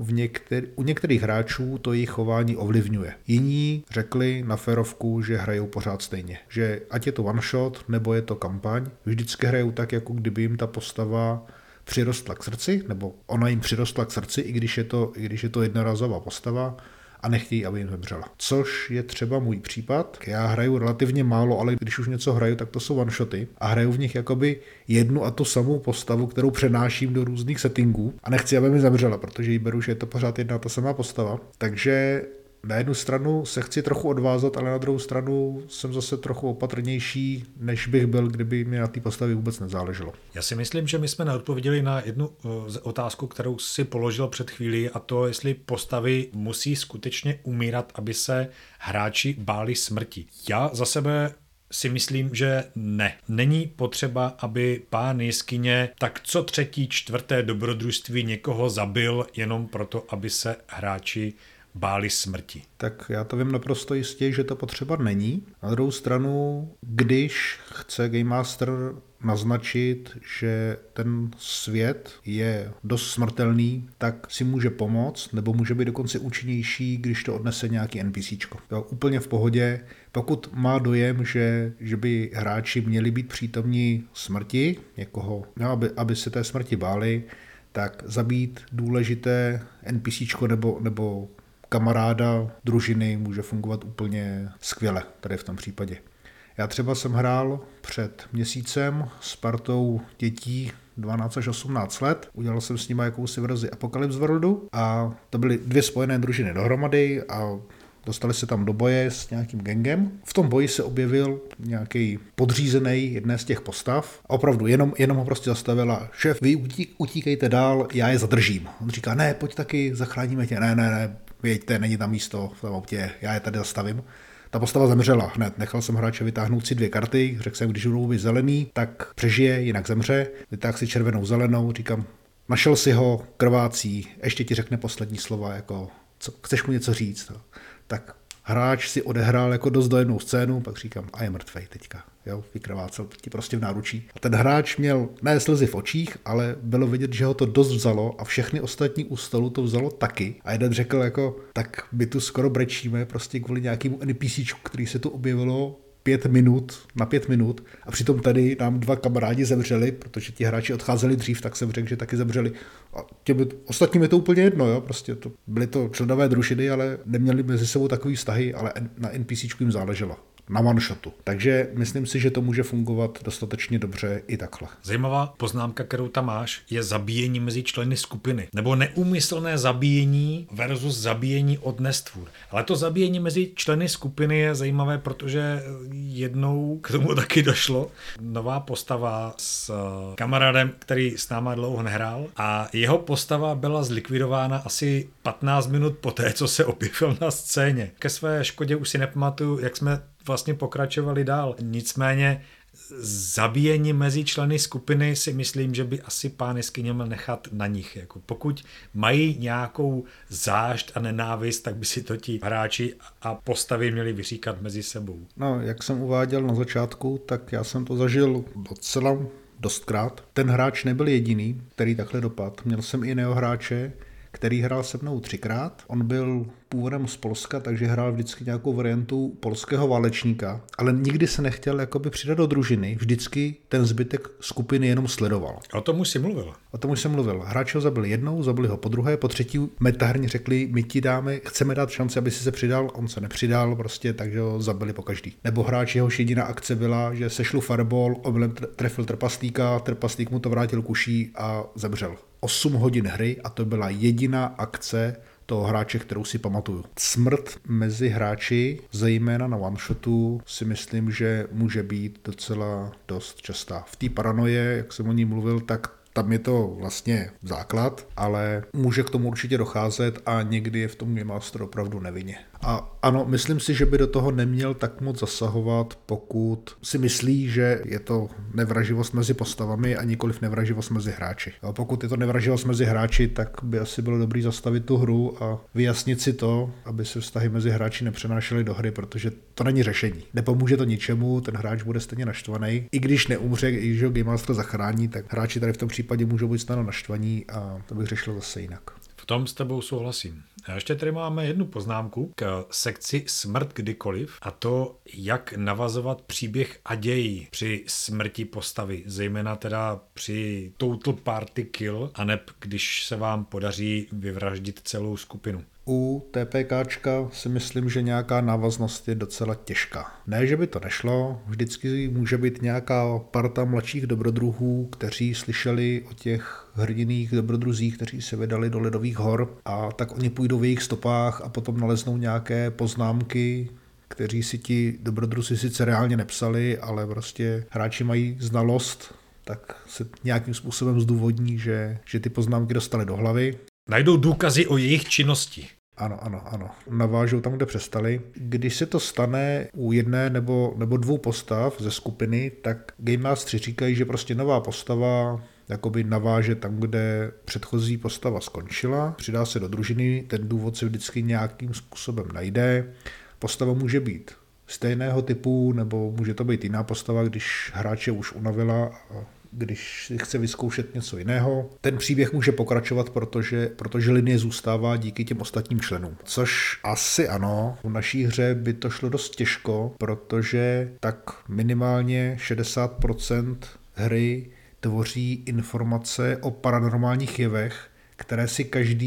S2: u některých hráčů to jejich chování ovlivňuje. Jiní řekli na férovku, že hrajou pořád stejně. Že ať je to one shot, nebo je to kampaň, vždycky hrajou tak, jako kdyby jim ta postava přirostla k srdci, nebo ona jim přirostla k srdci, i když je to jednorazová postava a nechtějí, aby jim zemřela. Což je třeba můj případ. Já hraju relativně málo, ale když už něco hraju, tak to jsou one-shoty a hraju v nich jakoby jednu a tu samou postavu, kterou přenáším do různých settingů a nechci, aby mi zemřela, protože ji beru, že je to pořád jedna a ta samá postava. Takže na jednu stranu se chci trochu odvázat, ale na druhou stranu jsem zase trochu opatrnější, než bych byl, kdyby mi na té postavě vůbec nezáleželo.
S3: Já si myslím, že my jsme neodpověděli na jednu otázku, kterou si položil před chvílí, a to, jestli postavy musí skutečně umírat, aby se hráči báli smrti. Já za sebe si myslím, že ne. Není potřeba, aby pán jeskyně tak co třetí, čtvrté dobrodružství někoho zabil jenom proto, aby se hráči báli smrti.
S2: Tak já to vím naprosto jistě, že to potřeba není. Na druhou stranu, když chce Game Master naznačit, že ten svět je dost smrtelný, tak si může pomoct, nebo může být dokonce účinnější, když to odnese nějaký NPCčko. Jo, úplně v pohodě. Pokud má dojem, že by hráči měli být přítomní smrti, někoho, no, aby se té smrti báli, tak zabít důležité NPCčko nebo kamaráda družiny může fungovat úplně skvěle tady v tom případě. Já třeba jsem hrál před měsícem s partou dětí 12 až 18 let. Udělal jsem s nimi jakousi verzi Apocalypse Worldu a to byly dvě spojené družiny dohromady a dostali se tam do boje s nějakým gangem. V tom boji se objevil nějaký podřízený jedné z těch postav. A opravdu jenom ho prostě zastavila. Šéf, vy utíkejte dál, já je zadržím. On říká, ne, pojď taky, zachráníme tě. Ne, věďte, není tam místo v tom autě, já je tady zastavím. Ta postava zemřela hned. Nechal jsem hráče vytáhnout si 2 karty, řekl jsem, když budou zelený, tak přežije, jinak zemře. Vytáhl si červenou, zelenou, říkám, našel si ho, krvácí, ještě ti řekne poslední slova, jako, chceš mu něco říct? Tak hráč si odehrál jako dost dojemnou scénu, pak říkám, a je mrtvej teďka, jo, vykrvácel ti prostě v náručí. A ten hráč měl ne slzy v očích, ale bylo vidět, že ho to dost vzalo a všechny ostatní u stolu to vzalo taky. A jeden řekl jako, tak my tu skoro brečíme prostě kvůli nějakému NPCčku, který se tu objevilo 5 minut a přitom tady nám 2 kamarádi zemřeli, protože ti hráči odcházeli dřív, tak jsem řekl, že taky zemřeli. A ostatním je to úplně jedno, jo, prostě byly to členové družiny, ale neměli mezi sebou takový vztahy, ale na NPCčku jim záleželo. Na one shotu. Takže myslím si, že to může fungovat dostatečně dobře i takhle.
S3: Zajímavá poznámka, kterou tam máš, je zabíjení mezi členy skupiny. Nebo neúmyslné zabíjení versus zabíjení od nestvůr. Ale to zabíjení mezi členy skupiny je zajímavé, protože jednou k tomu taky došlo. Nová postava s kamarádem, který s náma dlouho nehrál, a jeho postava byla zlikvidována asi 15 minut poté, co se objevil na scéně. Ke své škodě už si nepamatuju, jak jsme vlastně pokračovali dál. Nicméně zabíjení mezi členy skupiny si myslím, že by asi pán jeskyně měl nechat na nich. Jako pokud mají nějakou zášť a nenávist, tak by si to ti hráči a postavy měli vyříkat mezi sebou.
S2: No, jak jsem uváděl na začátku, tak já jsem to zažil docela dostkrát. Ten hráč nebyl jediný, který takhle dopadl. Měl jsem i jiného hráče, který hrál se mnou 3krát. On byl původem z Polska, takže hrál vždycky nějakou variantu polského válečníka, ale nikdy se nechtěl jakoby přidat do družiny, vždycky ten zbytek skupiny jenom sledoval.
S3: O tom už jsi mluvil.
S2: O tom už jsem mluvil. Hráči ho zabili jednou, zabili ho po druhé, po třetí metahrně řekli, my ti dáme, chceme dát šanci, aby si se přidal, on se nepřidal, prostě, takže ho zabili po každý. Nebo hráč, jehož jediná akce byla, že sešlu fireball, omylem trefil trpaslíka, trpaslík mu to vrátil kuší a zemřel. 8 hodin hry a to byla jediná akce toho hráče, kterou si pamatuju. Smrt mezi hráči, zejména na one-shotu, si myslím, že může být docela dost častá. V té paranoje, jak jsem o ní mluvil, tak tam je to vlastně základ, ale může k tomu určitě docházet a někdy je v tom Game Master opravdu nevinně. A ano, myslím si, že by do toho neměl tak moc zasahovat, pokud si myslí, že je to nevraživost mezi postavami a nikoliv nevraživost mezi hráči. A pokud je to nevraživost mezi hráči, tak by asi bylo dobré zastavit tu hru a vyjasnit si to, aby se vztahy mezi hráči nepřenášely do hry, protože to není řešení. Nepomůže to ničemu, ten hráč bude stejně naštvaný. I když neumře, i když ho Game Master zachrání, tak hráči tady v tom případě můžou být snadno naštvaní a to bych řešil zase jinak.
S3: V tom s tebou souhlasím. A ještě tady máme jednu poznámku k sekci Smrt kdykoliv, a to, jak navazovat příběh a děj při smrti postavy, zejména teda při total party kill, aneb když se vám podaří vyvraždit celou skupinu.
S2: U TPKčka si myslím, že nějaká návaznost je docela těžká. Ne, že by to nešlo, vždycky může být nějaká parta mladších dobrodruhů, kteří slyšeli o těch hrdinných dobrodruzích, kteří se vydali do Ledových hor, a tak oni půjdou v jejich stopách a potom naleznou nějaké poznámky, kteří si ti dobrodruzi sice reálně nepsali, ale prostě hráči mají znalost, tak se nějakým způsobem zdůvodní, že ty poznámky dostali do hlavy.
S3: Najdou důkazy o jejich činnosti.
S2: Ano. Navážou tam, kde přestali. Když se to stane u jedné nebo dvou postav ze skupiny, tak Game Masteři říkají, že prostě nová postava jakoby naváže tam, kde předchozí postava skončila, přidá se do družiny, ten důvod se vždycky nějakým způsobem najde. Postava může být stejného typu, nebo může to být jiná postava, když hráče už unavila a když si chce vyzkoušet něco jiného. Ten příběh může pokračovat, protože linie zůstává díky těm ostatním členům. Což asi ano, v naší hře by to šlo dost těžko, protože tak minimálně 60% hry tvoří informace o paranormálních jevech, které si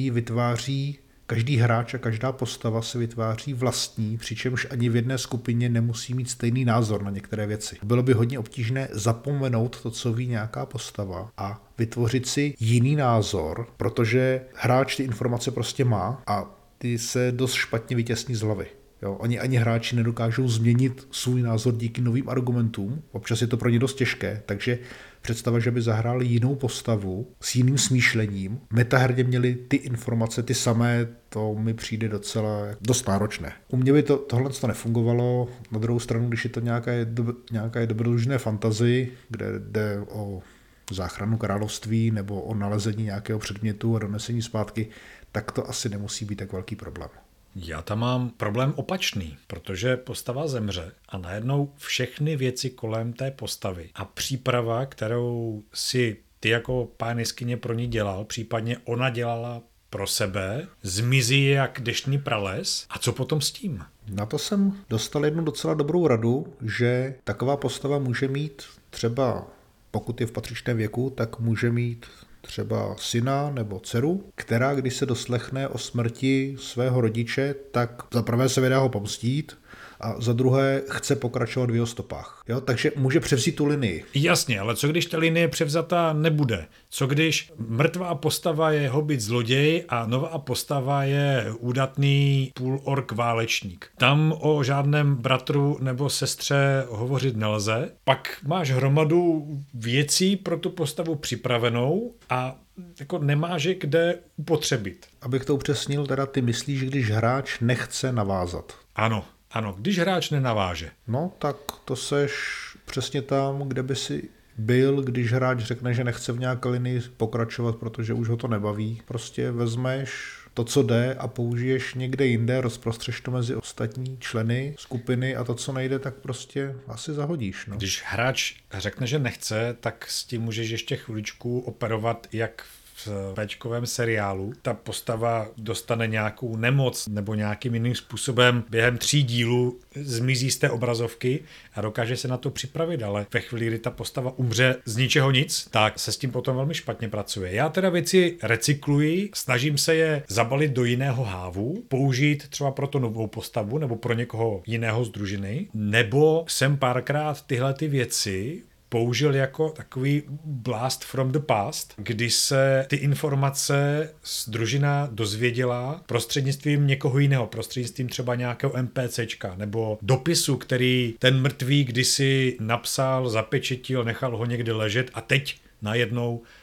S2: každý hráč a každá postava si vytváří vlastní, přičemž ani v jedné skupině nemusí mít stejný názor na některé věci. Bylo by hodně obtížné zapomenout to, co ví nějaká postava, a vytvořit si jiný názor, protože hráč ty informace prostě má a ty se dost špatně vytěsní z hlavy. Jo, oni ani hráči nedokážou změnit svůj názor díky novým argumentům, občas je to pro ně dost těžké, takže představa, že by zahráli jinou postavu s jiným smýšlením, metaherně měli ty informace ty samé, to mi přijde docela dost náročné. U mě by tohle nefungovalo, na druhou stranu, když je to nějaké dobrodružné fantasy, kde jde o záchranu království nebo o nalezení nějakého předmětu a donesení zpátky, tak to asi nemusí být tak velký problém.
S3: Já tam mám problém opačný, protože postava zemře a najednou všechny věci kolem té postavy a příprava, kterou si ty jako pán jeskyně pro ní dělal, případně ona dělala pro sebe, zmizí jak deštný prales. A co potom s tím?
S2: Na to jsem dostal jednu docela dobrou radu, že taková postava může mít třeba, pokud je v patřičném věku, tak může mít třeba syna nebo dceru, která, když se doslechne o smrti svého rodiče, tak za prvé se vydá ho pomstít a za druhé chce pokračovat v jeho stopách. Jo? Takže může převzít tu linii.
S3: Jasně, ale co když ta linie převzata nebude? Co když mrtvá postava je hobit zloděj a nová postava je údatný půlork válečník? Tam o žádném bratru nebo sestře hovořit nelze. Pak máš hromadu věcí pro tu postavu připravenou a jako nemáš je kde upotřebit.
S2: Abych to upřesnil, teda ty myslíš, když hráč nechce navázat.
S3: Ano, když hráč nenaváže.
S2: No, tak to seš přesně tam, kde by si byl, když hráč řekne, že nechce v nějaké linii pokračovat, protože už ho to nebaví. Prostě vezmeš to, co jde, a použiješ někde jinde, rozprostřeš to mezi ostatní členy skupiny a to, co nejde, tak prostě asi zahodíš. No.
S3: Když hráč řekne, že nechce, tak s tím můžeš ještě chviličku operovat, jak v péčkovém seriálu. Ta postava dostane nějakou nemoc nebo nějakým jiným způsobem během 3 dílů zmizí z té obrazovky a dokáže se na to připravit, ale ve chvíli, kdy ta postava umře z ničeho nic, tak se s tím potom velmi špatně pracuje. Já teda věci recykluji, snažím se je zabalit do jiného hávu, použít třeba pro tu novou postavu nebo pro někoho jiného z družiny, nebo jsem párkrát tyhle ty věci použil jako takový blast from the past, kdy se ty informace z družina dozvěděla prostřednictvím někoho jiného, prostřednictvím třeba nějakého NPCčka nebo dopisu, který ten mrtvý kdysi napsal, zapečetil, nechal ho někde ležet a teď najednou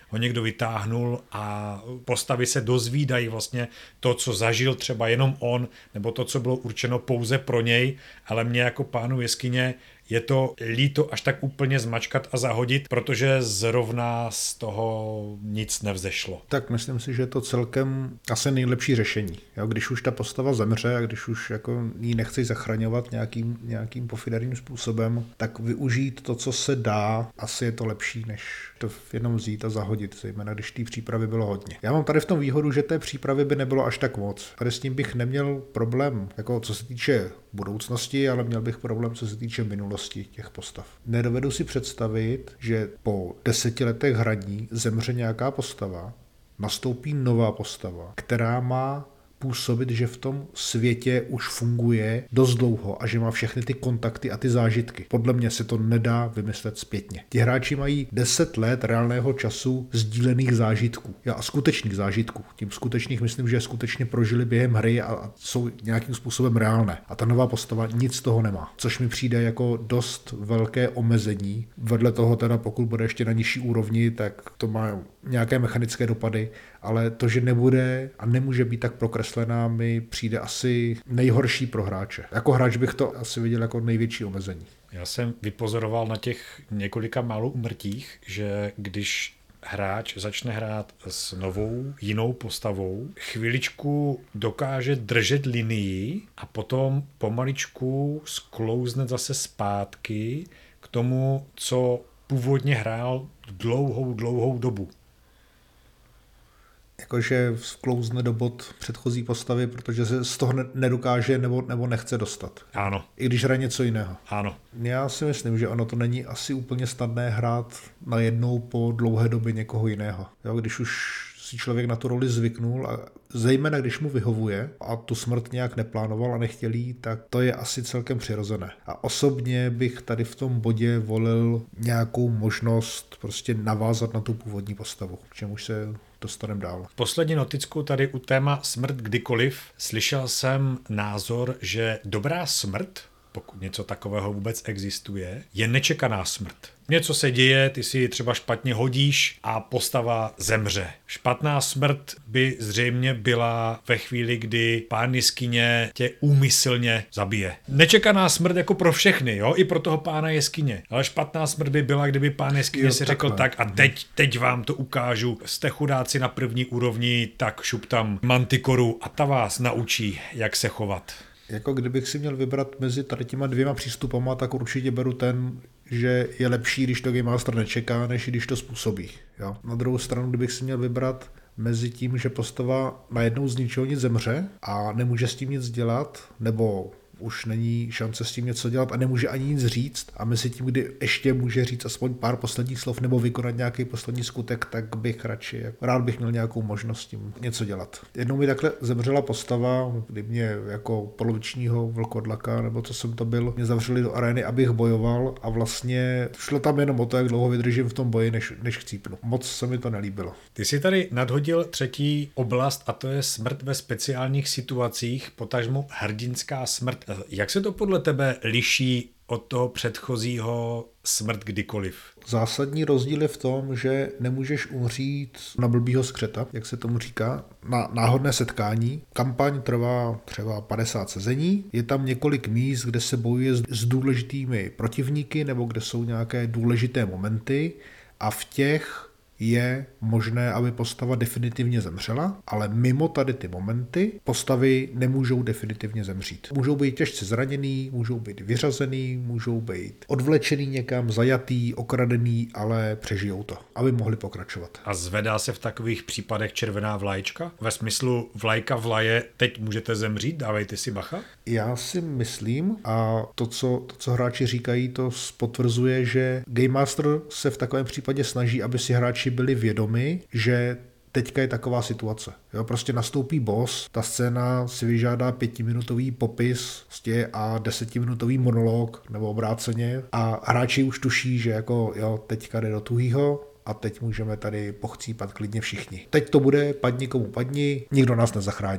S3: ho někdo vytáhnul a postavy se dozvídají vlastně to, co zažil třeba jenom on, nebo to, co bylo určeno pouze pro něj, ale mě jako pánu jeskyně je to líto až tak úplně zmačkat a zahodit, protože zrovna z toho nic nevzešlo.
S2: Tak myslím si, že je to celkem asi nejlepší řešení. Jo, když už ta postava zemře a když už jako ji nechci zachraňovat nějakým pofiderním způsobem, tak využít to, co se dá, asi je to lepší, než to jenom vzít a zahodit, zejména když té přípravy bylo hodně. Já mám tady v tom výhodu, že té přípravy by nebylo až tak moc. Tady s tím bych neměl problém, jako co se týče budoucnosti, ale měl bych problém, co se týče minulosti těch postav. Nedovedu si představit, že po 10 letech hraní zemře nějaká postava, nastoupí nová postava, která má působit, že v tom světě už funguje dost dlouho a že má všechny ty kontakty a ty zážitky. Podle mě se to nedá vymyslet zpětně. Ti hráči mají 10 let reálného času sdílených zážitků. A skutečných zážitků. Tím skutečných myslím, že skutečně prožili během hry a jsou nějakým způsobem reálné. A ta nová postava nic z toho nemá. Což mi přijde jako dost velké omezení. Vedle toho teda, pokud bude ještě na nižší úrovni, tak to má nějaké mechanické dopady, ale to, že nebude a nemůže být tak prokreslená, mi přijde asi nejhorší pro hráče. Jako hráč bych to asi viděl jako největší omezení.
S3: Já jsem vypozoroval na těch několika málo úmrtích, že když hráč začne hrát s novou, jinou postavou, chviličku dokáže držet linii a potom pomaličku sklouzne zase zpátky k tomu, co původně hrál dlouhou dobu.
S2: Jakože sklouzne do bod předchozí postavy, protože se z toho nedokáže nebo nechce dostat.
S3: Ano.
S2: I když hraje něco jiného.
S3: Ano.
S2: Já si myslím, že ono to není asi úplně snadné hrát najednou po dlouhé době někoho jiného. Jo, když už si člověk na tu roli zvyknul a zejména když mu vyhovuje a tu smrt nějak neplánoval a nechtěl jí, tak to je asi celkem přirozené. A osobně bych tady v tom bodě volil nějakou možnost prostě navázat na tu původní postavu, k čemuž se dostaneme dál.
S3: Poslední noticku tady u téma smrt kdykoliv. Slyšel jsem názor, že dobrá smrt, pokud něco takového vůbec existuje, je nečekaná smrt. Něco se děje, ty si třeba špatně hodíš a postava zemře. Špatná smrt by zřejmě byla ve chvíli, kdy pán jeskyně tě úmyslně zabije. Nečekaná smrt jako pro všechny, jo, i pro toho pána jeskyně. Ale špatná smrt by byla, kdyby pán jeskyně si řekl tak a teď vám to ukážu. Jste chudáci na první úrovni, tak šup tam mantikoru a ta vás naučí, jak se chovat.
S2: Jako kdybych si měl vybrat mezi tady těma dvěma přístupama, tak určitě beru ten, že je lepší, když to Game Master nečeká, než když to způsobí. Jo? Na druhou stranu, kdybych si měl vybrat mezi tím, že postava najednou z ničeho nic zemře a nemůže s tím nic dělat, nebo už není šance s tím něco dělat a nemůže ani nic říct a mezi tím, kdy ještě může říct aspoň pár posledních slov nebo vykonat nějaký poslední skutek, tak bych radši, rád bych měl nějakou možnost s tím něco dělat. Jednou mi takhle zemřela postava, kdy mě jako polovičního vlkodlaka, nebo co jsem to byl, mě zavřeli do arény, abych bojoval a vlastně šlo tam jenom o to, jak dlouho vydržím v tom boji, než chcípnu. Moc se mi to nelíbilo.
S3: Ty jsi tady nadhodil třetí oblast a to je smrt ve speciálních situacích, potažmo hrdinská smrt. Jak se to podle tebe liší od toho předchozího smrt kdykoliv?
S2: Zásadní rozdíl je v tom, že nemůžeš umřít na blbýho skřeta, jak se tomu říká, na náhodné setkání. Kampaň trvá třeba 50 sezení, je tam několik míst, kde se bojuje s důležitými protivníky nebo kde jsou nějaké důležité momenty a v těch je možné, aby postava definitivně zemřela, ale mimo tady ty momenty postavy nemůžou definitivně zemřít. Můžou být těžce zraněný, můžou být vyřazený, můžou být odvlečený někam, zajatý, okradený, ale přežijou to, aby mohli pokračovat.
S3: A zvedá se v takových případech červená vlajčka? Ve smyslu vlajka vlaje, teď můžete zemřít, dávejte si bacha?
S2: Já si myslím, a to, co hráči říkají, to potvrzuje, že Game Master se v takovém případě snaží, aby si hráči byli vědomi, že teďka je taková situace. Jo, prostě nastoupí boss, ta scéna si vyžádá 5minutový popis a 10minutový monolog nebo obráceně a hráči už tuší, že jako jo, teďka jde do tuhýho a teď můžeme tady pochcípat klidně všichni. Teď to bude padni komu padni, nikdo nás nezachrání.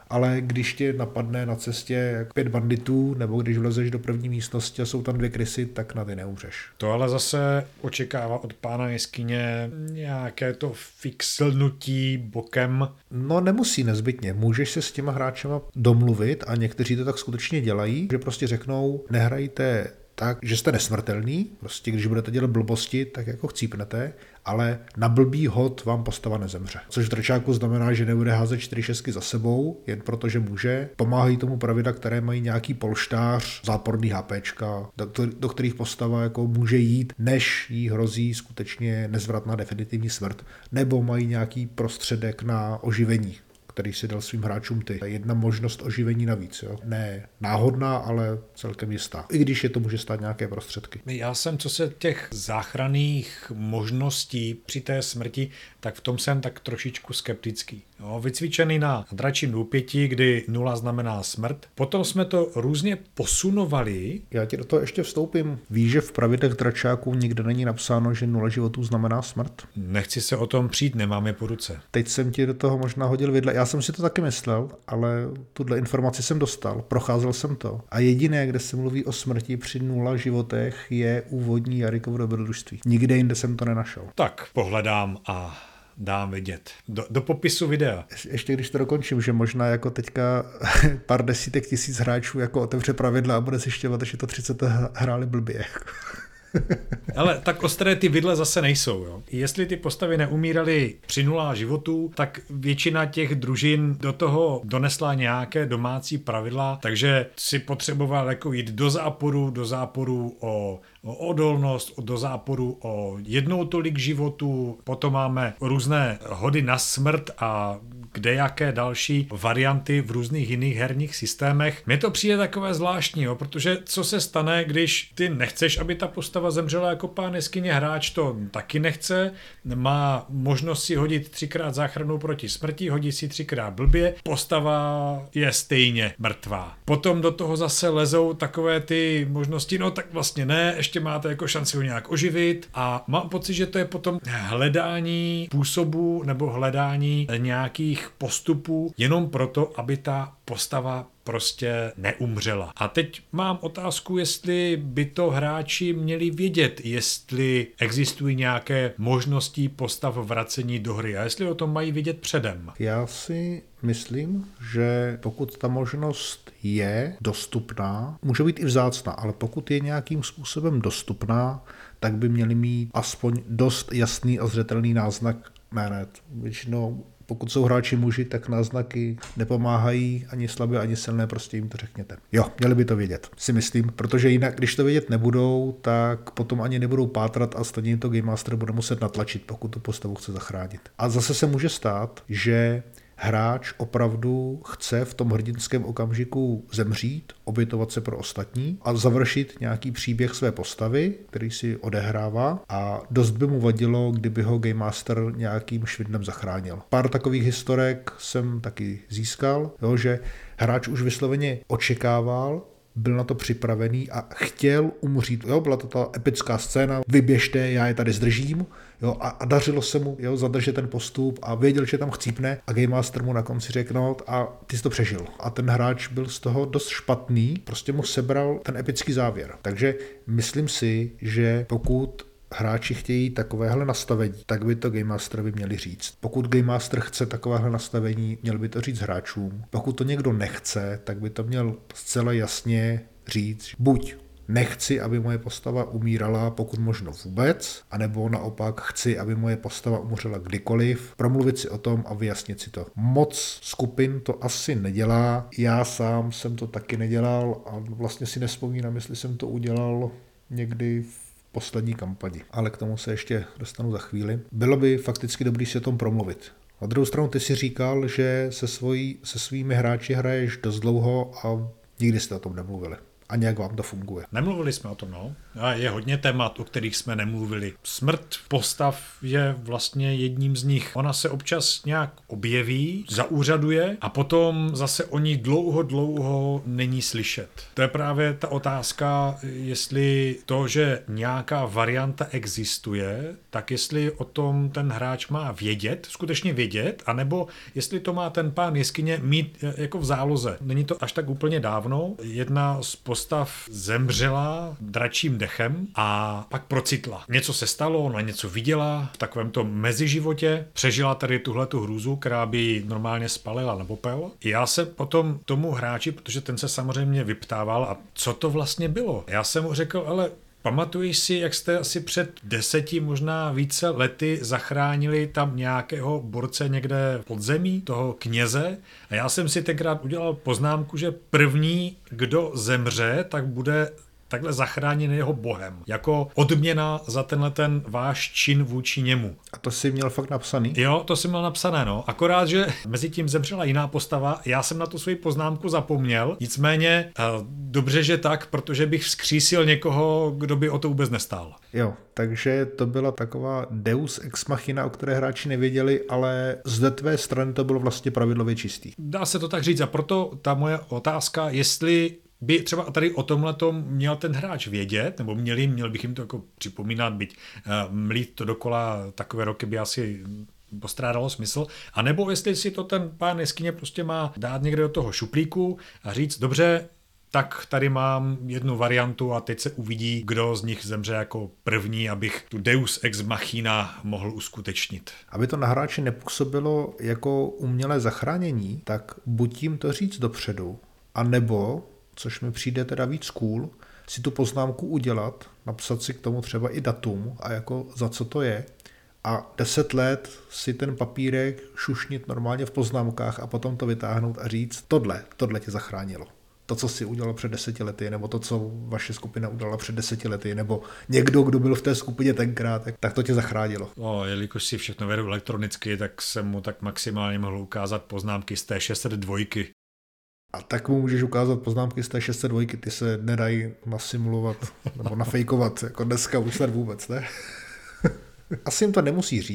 S2: ale když tě napadne na cestě 5 banditů, nebo když vlezeš do první místnosti a jsou tam 2 krysy, tak na ty neumřeš.
S3: To ale zase očekává od pána jeskyně nějaké to fixlnutí bokem.
S2: No nemusí nezbytně. Můžeš se s těma hráčema domluvit a někteří to tak skutečně dělají, že prostě řeknou, nehrajte tak, že jste nesmrtelný, prostě když budete dělat blbosti, tak jako chcípnete, ale na blbý hod vám postava nezemře. Což v Drčáku znamená, že nebude házet 4 šestky za sebou, jen protože může. Pomáhají tomu pravidla, které mají nějaký polštář, záporný HPčka, do kterých postava jako může jít, než jí hrozí skutečně nezvratná definitivní smrt, nebo mají nějaký prostředek na oživení, který si dal svým hráčům ty. Jedna možnost oživení navíc. Jo? Ne náhodná, ale celkem jistá. I když je to může stát nějaké prostředky.
S3: Já jsem, co se těch záchranných možností při té smrti, tak v tom jsem tak trošičku skeptický. Jo, vycvičený na dračím doupěti, kdy 0 znamená smrt. Potom jsme to různě posunovali.
S2: Já ti do toho ještě vstoupím. Víš, že v pravidlech Dračáků nikde není napsáno, že 0 životů znamená smrt?
S3: Nechci se o tom přijít, nemám je po ruce.
S2: Teď jsem ti do toho možná hodil vidle. Já jsem si to taky myslel, ale tuhle informaci jsem dostal, procházel jsem to. A jediné, kde se mluví o smrti při 0 životech, je úvodní Jarikovo dobrodružství. Nikde jinde jsem to nenašel.
S3: Tak, pohledám a dám vidět. Do popisu videa.
S2: Ještě když to dokončím, že možná jako teďka pár desítek tisíc hráčů jako otevře pravidla a bude zjišťovat, že to 30 hráli blbě.
S3: Ale tak ostré ty vidle zase nejsou. Jo? Jestli ty postavy neumíraly při 0 životů, tak většina těch družin do toho donesla nějaké domácí pravidla, takže si potřeboval jako jít do záporu o odolnost, do záporu o jednou tolik životů, potom máme různé hody na smrt a kdejaké další varianty v různých jiných herních systémech. Mně to přijde takové zvláštní, jo, protože co se stane, když ty nechceš, aby ta postava zemřela jako pán jeskyně, hráč to taky nechce, má možnost si hodit 3krát záchranu proti smrti, hodí si 3krát blbě, postava je stejně mrtvá. Potom do toho zase lezou takové ty možnosti, no tak vlastně ne, ještě máte jako šanci ho nějak oživit a mám pocit, že to je potom hledání působů nebo hledání nějakých postupů jenom proto, aby ta postava prostě neumřela. A teď mám otázku, jestli by to hráči měli vědět, jestli existují nějaké možnosti postav vracení do hry a jestli o tom mají vědět předem.
S2: Já si myslím, že pokud ta možnost je dostupná, může být i vzácná, ale pokud je nějakým způsobem dostupná, tak by měli mít aspoň dost jasný a zřetelný náznak. Ne, většinou pokud jsou hráči muži, tak náznaky nepomáhají ani slabé, ani silné, prostě jim to řekněte. Jo, měli by to vědět, si myslím, protože jinak, když to vědět nebudou, tak potom ani nebudou pátrat a stejně jim to Game Master bude muset natlačit, pokud tu postavu chce zachránit. A zase se může stát, že hráč opravdu chce v tom hrdinském okamžiku zemřít, obětovat se pro ostatní a završit nějaký příběh své postavy, který si odehrává a dost by mu vadilo, kdyby ho Game Master nějakým švindlem zachránil. Pár takových historek jsem taky získal, jo, že hráč už vysloveně očekával, byl na to připravený a chtěl umřít. Jo, byla to ta epická scéna, vyběžte, já je tady zdržím. Jo, a dařilo se mu zadržet ten postup a věděl, že tam chcípne a Game Master mu na konci řekl, a ty jsi to přežil. A ten hráč byl z toho dost špatný, prostě mu sebral ten epický závěr. Takže myslím si, že pokud hráči chtějí takovéhle nastavení, tak by to Game Masterovi měli říct. Pokud Game Master chce takovéhle nastavení, měl by to říct hráčům. Pokud to někdo nechce, tak by to měl zcela jasně říct, buď nechci, aby moje postava umírala, pokud možno vůbec, anebo naopak chci, aby moje postava umřela kdykoliv, promluvit si o tom a vyjasnit si to. Moc skupin to asi nedělá, já sám jsem to taky nedělal a vlastně si nevzpomínám, jestli jsem to udělal někdy v poslední kampani, ale k tomu se ještě dostanu za chvíli. Bylo by fakticky dobrý si o tom promluvit. Na druhou stranu ty si říkal, že se svými hráči hraješ dost dlouho a nikdy jste o tom nemluvili. a nějak vám to funguje.
S3: Nemluvili jsme o tom, no. A je hodně témat, o kterých jsme nemluvili. Smrt postav je vlastně jedním z nich. Ona se občas nějak objeví, zaúřaduje a potom zase o ní dlouho není slyšet. To je právě ta otázka, jestli to, že nějaká varianta existuje, tak jestli o tom ten hráč má vědět, skutečně vědět, anebo jestli to má ten pán jeskyně mít jako v záloze. Není to až tak úplně dávno. Jedna z postav zemřela dračím dechem a pak procitla. Něco se stalo, ona něco viděla v takovém tom meziživotě, přežila tady tuhletu hrůzu, která by ji normálně spalila na popel. Já se potom tomu hráči, protože ten se samozřejmě vyptával, a co to vlastně bylo? Já jsem mu řekl, ale pamatuješ si, jak jste asi před 10, možná více lety zachránili tam nějakého borce někde pod zemí, toho kněze? A já jsem si tenkrát udělal poznámku, že první, kdo zemře, tak bude takhle zachráněn jeho bohem. Jako odměna za tenhle ten váš čin vůči němu.
S2: A to jsi měl fakt napsaný?
S3: Jo, to jsem měl napsané, no. Akorát, že mezi tím zemřela jiná postava, já jsem na tu svoji poznámku zapomněl, nicméně dobře, že tak, protože bych vzkřísil někoho, kdo by o to vůbec nestál.
S2: Jo, takže to byla taková deus ex machina, o které hráči nevěděli, ale z tvé strany to bylo vlastně pravidlově čistý.
S3: Dá se to tak říct a proto ta moje otázka, jestli by třeba tady o tomhletom měl ten hráč vědět, nebo měl bych jim to jako připomínat, byť mlít to dokola takové roky by asi postrádalo smysl, a nebo jestli si to ten pán jeskyně prostě má dát někde do toho šuplíku a říct, dobře, tak tady mám jednu variantu a teď se uvidí, kdo z nich zemře jako první, abych tu deus ex machina mohl uskutečnit.
S2: Aby to na hráči nepůsobilo jako umělé zachránění, tak buď jim to říct dopředu, a nebo, což mi přijde teda víc cool, si tu poznámku udělat, napsat si k tomu třeba i datum a jako za co to je, a 10 let si ten papírek šušnit normálně v poznámkách a potom to vytáhnout a říct, tohle tě zachránilo. To, co si udělal před 10 lety, nebo to, co vaše skupina udělala před 10 lety, nebo někdo, kdo byl v té skupině tenkrát, tak to tě zachránilo.
S3: Jelikož si všechno vedu elektronicky, tak jsem mu tak maximálně mohl ukázat poznámky z té 602.
S2: A tak mu můžeš ukázat poznámky z té 602, ty se nedají nasimulovat nebo nafejkovat, jako dneska už snad vůbec, ne? Asi jim to nemusíš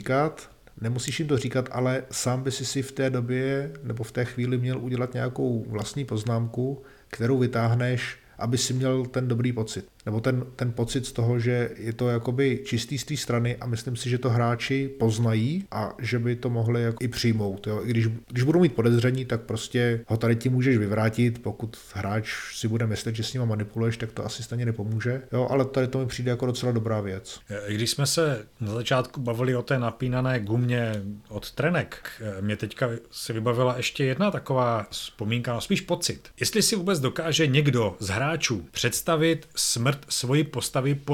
S2: jim to říkat, ale sám by si v té době nebo v té chvíli měl udělat nějakou vlastní poznámku, kterou vytáhneš, aby si měl ten dobrý pocit. Nebo ten pocit z toho, že je to jakoby čistý z té strany a myslím si, že to hráči poznají a že by to mohli jako i přijmout. Jo? I když budou mít podezření, tak prostě ho tady ti můžeš vyvrátit, pokud hráč si bude myslet, že s ním manipuluješ, tak to asi stejně nepomůže. Jo, ale tady to mi přijde jako docela dobrá věc.
S3: Když jsme se na začátku bavili o té napínané gumě od trenek, mě teďka se vybavila ještě jedna taková vzpomínka, no spíš pocit. Jestli si vůbec dokáže někdo z hráčů představit smrt svojí postavy po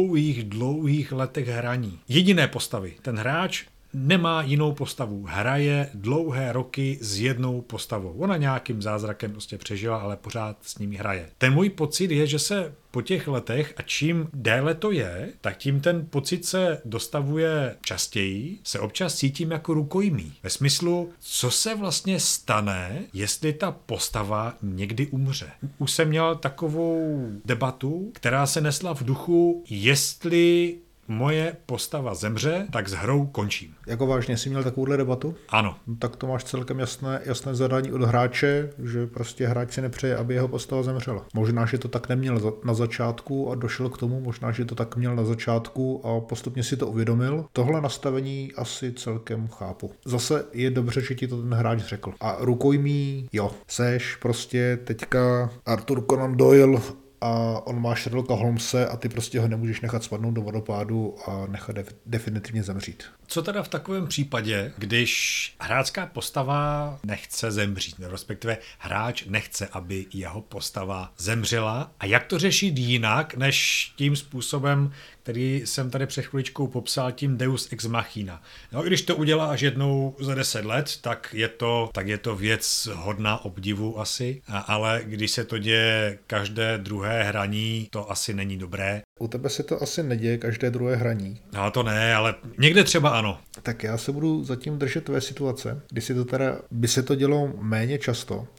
S3: dlouhých letech hraní. Jediné postavy. Ten hráč nemá jinou postavu. Hraje dlouhé roky s jednou postavou. Ona nějakým zázrakem prostě přežila, ale pořád s nimi hraje. Ten můj pocit je, že se po těch letech, a čím déle to je, tak tím ten pocit se dostavuje častěji, se občas cítím jako rukojmí. Ve smyslu, co se vlastně stane, jestli ta postava někdy umře. Už jsem měl takovou debatu, která se nesla v duchu, jestli moje postava zemře, tak s hrou končím.
S2: Jako vážně jsi měl takovouhle debatu?
S3: Ano.
S2: No, tak to máš celkem jasné zadání od hráče, že prostě hráč si nepřeje, aby jeho postava zemřela. Možná, že to tak neměl na začátku a došel k tomu, možná, že to tak měl na začátku a postupně si to uvědomil. Tohle nastavení asi celkem chápu. Zase je dobře, že ti to ten hráč řekl. A rukojmí, jo, seš prostě teďka Arthur Conan Doyle a on má Sherlocka Holmese a ty prostě ho nemůžeš nechat spadnout do vodopádu a nechat definitivně zemřít.
S3: Co teda v takovém případě, když hráčská postava nechce zemřít, respektive hráč nechce, aby jeho postava zemřela, a jak to řešit jinak, než tím způsobem, který jsem tady před chviličkou popsal, tím deus ex machina. No, když to udělá až jednou za 10 let, tak je to věc hodná obdivu asi, ale když se to děje každé druhé hraní, to asi není dobré.
S2: U tebe se to asi neděje každé druhé hraní.
S3: No to ne, ale někde třeba ano.
S2: Tak já se budu zatím držet tvé situace, kdy si to teda, by se to dělo méně často.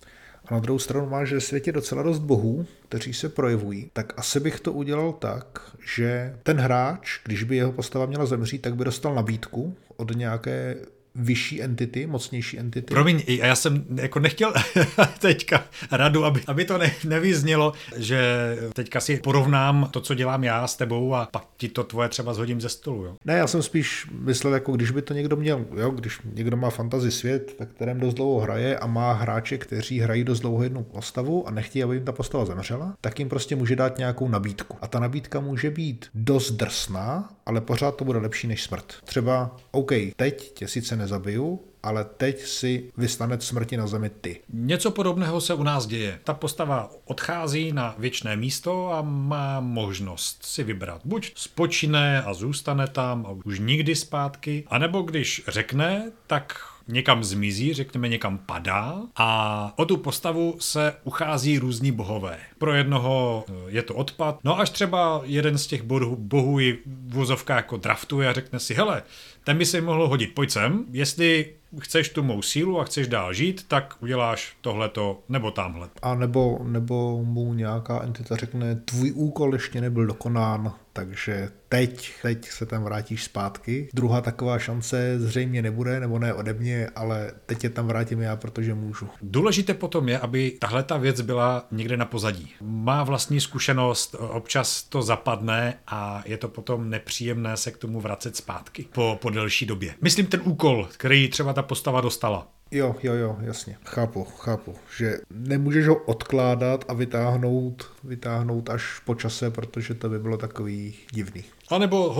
S2: A na druhou stranu máš ve světě docela dost bohů, kteří se projevují, tak asi bych to udělal tak, že ten hráč, když by jeho postava měla zemřít, tak by dostal nabídku od nějaké vyšší entity, mocnější entity.
S3: Promiň, já jsem jako nechtěl teďka radu, aby to nevyznělo, že teďka si porovnám to, co dělám já s tebou a pak ti to tvoje třeba zhodím ze stolu. Jo?
S2: Ne, já jsem spíš myslel, jako když by to někdo měl, jo, když někdo má fantasy svět, ve kterém dost dlouho hraje a má hráče, kteří hrají dost dlouho jednu postavu a nechtějí, aby jim ta postava zemřela, tak jim prostě může dát nějakou nabídku. A ta nabídka může být dost drsná, ale pořád to bude lepší než smrt. Třeba, OK, teď tě sice nezabiju, ale teď si vystanec smrti na zemi ty.
S3: Něco podobného se u nás děje. Ta postava odchází na věčné místo a má možnost si vybrat. Buď spočine a zůstane tam a už nikdy zpátky, anebo když řekne, tak někam zmizí, řekněme někam padá a o tu postavu se uchází různí bohové. Pro jednoho je to odpad, no až třeba jeden z těch bohů ji v vozovkách jako draftuje a řekne si, hele, ten by se mohl hodit, pojď sem, jestli chceš tu mou sílu a chceš dál žít, tak uděláš tohleto nebo tamhle.
S2: A nebo mu nějaká entita řekne, tvůj úkol ještě nebyl dokonán, takže teď se tam vrátíš zpátky. Druhá taková šance zřejmě nebude, nebo ne ode mě, ale teď je tam vrátím já, protože můžu.
S3: Důležité potom je, aby tahle ta věc byla někde na pozadí. Má vlastní zkušenost, občas to zapadne a je to potom nepříjemné se k tomu vracet zpátky po delší době. Myslím ten úkol, který třeba ta postava dostala.
S2: Jo, jasně. Chápu, že nemůžeš ho odkládat a vytáhnout až po čase, protože to by bylo takový divný.
S3: A nebo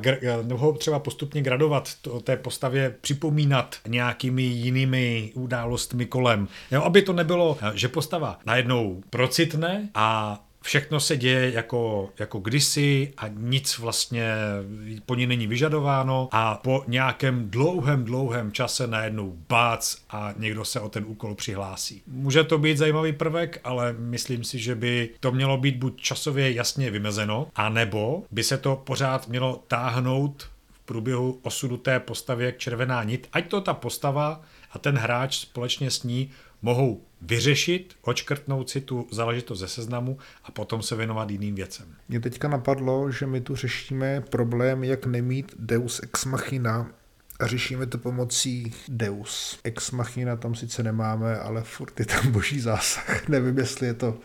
S3: ho třeba postupně gradovat, té postavě připomínat nějakými jinými událostmi kolem. Jo, aby to nebylo, že postava najednou procitne a všechno se děje jako kdysi a nic vlastně po ní není vyžadováno a po nějakém dlouhém čase najednou bác a někdo se o ten úkol přihlásí. Může to být zajímavý prvek, ale myslím si, že by to mělo být buď časově jasně vymezeno, anebo by se to pořád mělo táhnout v průběhu osudu té postavy jak červená nit, ať to ta postava a ten hráč společně s ní mohou vyřešit, odškrtnout si tu záležitost ze seznamu a potom se věnovat jiným věcem.
S2: Mě teďka napadlo, že my tu řešíme problém, jak nemít Deus Ex Machina a řešíme to pomocí Deus Ex Machina, tam sice nemáme, ale furt je tam boží zásah. Nevím, jestli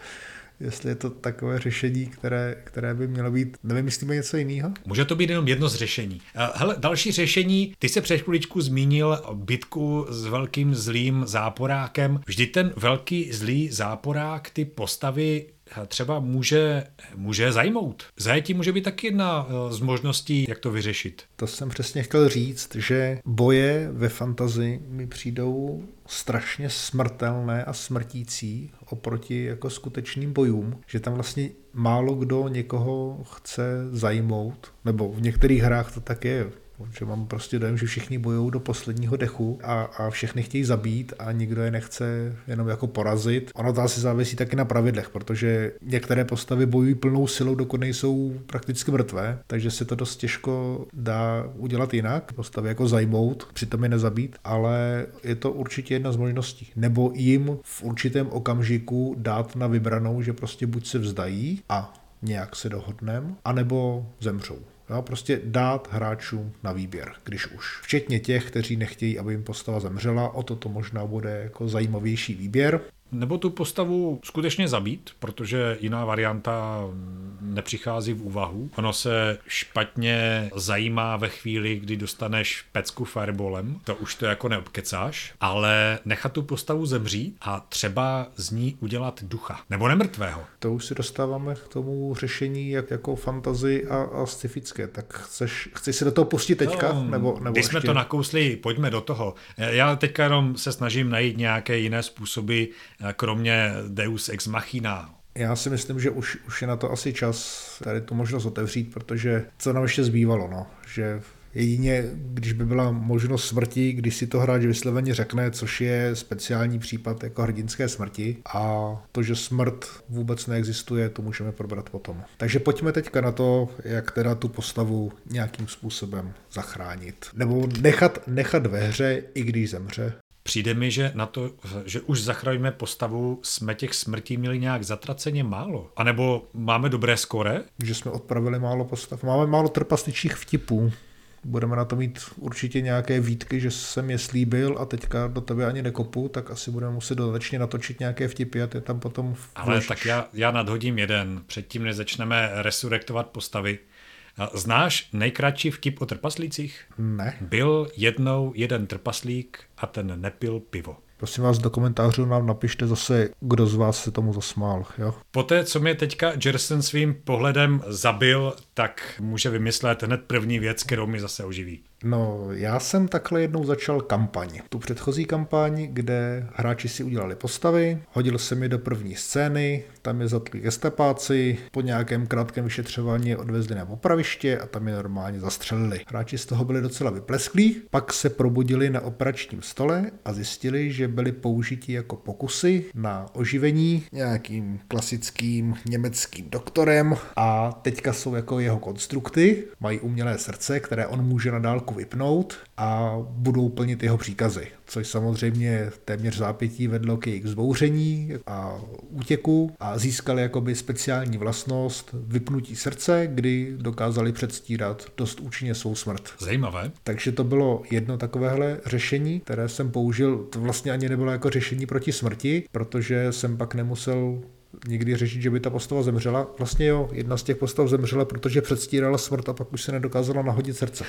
S2: je to takové řešení, které by mělo být, nevymyslíme něco jiného?
S3: Může to být jenom jedno z řešení. Hele, další řešení, ty se před chviličku zmínil bitku s velkým zlým záporákem. Vždy ten velký zlý záporák ty postavy třeba může zajmout. Zajetí může být taky jedna z možností, jak to vyřešit.
S2: To jsem přesně chtěl říct, že boje ve fantazii mi přijdou strašně smrtelné a smrtící oproti jako skutečným bojům, že tam vlastně málo kdo někoho chce zajmout, nebo v některých hrách to tak je, že mám prostě dojem, že všichni bojují do posledního dechu a všechny chtějí zabít a nikdo je nechce jenom jako porazit. Ono to asi závisí taky na pravidlech, protože některé postavy bojují plnou silou, dokud nejsou prakticky mrtvé, takže se to dost těžko dá udělat jinak, postavy jako zajmout, přitom je nezabít, ale je to určitě jedna z možností. Nebo jim v určitém okamžiku dát na vybranou, že prostě buď se vzdají a nějak se dohodnem, anebo zemřou. Jo, prostě dát hráčům na výběr, když už. Včetně těch, kteří nechtějí, aby jim postava zemřela, o to možná bude jako zajímavější výběr.
S3: Nebo tu postavu skutečně zabít, protože jiná varianta nepřichází v úvahu. Ono se špatně zajímá ve chvíli, kdy dostaneš pecku fireballem, to už to jako neobkecáš, ale nechat tu postavu zemřít a třeba z ní udělat ducha, nebo nemrtvého.
S2: To už si dostáváme k tomu řešení jako fantasy a scifické, tak chceš se do toho pustit teďka?
S3: No,
S2: nebo
S3: když jsme to nakousli, pojďme do toho. Já teďka jenom se snažím najít nějaké jiné způsoby, kromě Deus Ex Machina.
S2: Já si myslím, že už je na to asi čas tady tu možnost otevřít, protože co nám ještě zbývalo, no, že jedině, když by byla možnost smrti, když si to hráč vysloveně řekne, což je speciální případ jako hrdinské smrti a to, že smrt vůbec neexistuje, to můžeme probrat potom. Takže pojďme teďka na to, jak teda tu postavu nějakým způsobem zachránit. Nebo nechat ve hře, i když zemře.
S3: Přijde mi, že na to, že už zachraňujeme postavu, jsme těch smrtí měli nějak zatraceně málo. A nebo máme dobré skóre?
S2: Že jsme odpravili málo postav. Máme málo trpasličích vtipů. Budeme na to mít určitě nějaké výtky, že jsem je slíbil a teďka do tebe ani nekopu, tak asi budeme muset dodatečně natočit nějaké vtipy a ty tam potom...
S3: Ale tak já nadhodím jeden, předtím než začneme resurrektovat postavy. Znáš nejkratší vtip o trpaslících?
S2: Ne.
S3: Byl jednou jeden trpaslík a ten nepil pivo.
S2: Prosím vás, do komentářů nám napište zase, kdo z vás se tomu zasmál. Jo?
S3: Poté, co mě teďka Jerson svým pohledem zabil, tak může vymyslet hned první věc, kterou mi zase oživí.
S2: No, já jsem takhle jednou začal kampaň. Tu předchozí kampaň, kde hráči si udělali postavy, hodil jsem je do první scény, tam je zatkli gestapáci, po nějakém krátkém vyšetřování je odvezli na popraviště a tam je normálně zastřelili. Hráči z toho byli docela vyplesklí, pak se probudili na operačním stole a zjistili, že byli použiti jako pokusy na oživení nějakým klasickým německým doktorem a teďka jsou jako jeho konstrukty, mají umělé srdce, které on může na dálku vypnout a budou plnit jeho příkazy, což samozřejmě téměř zápětí vedlo k jejich zbouření a útěku a získali jakoby speciální vlastnost vypnutí srdce, kdy dokázali předstírat dost účinně svou smrt.
S3: Zajímavé.
S2: Takže to bylo jedno takovéhle řešení, které jsem použil, to vlastně ani nebylo jako řešení proti smrti, protože jsem pak nemusel nikdy řešit, že by ta postava zemřela. Vlastně jo, jedna z těch postav zemřela, protože předstírala smrt a pak už se nedokázala nahodit srdce.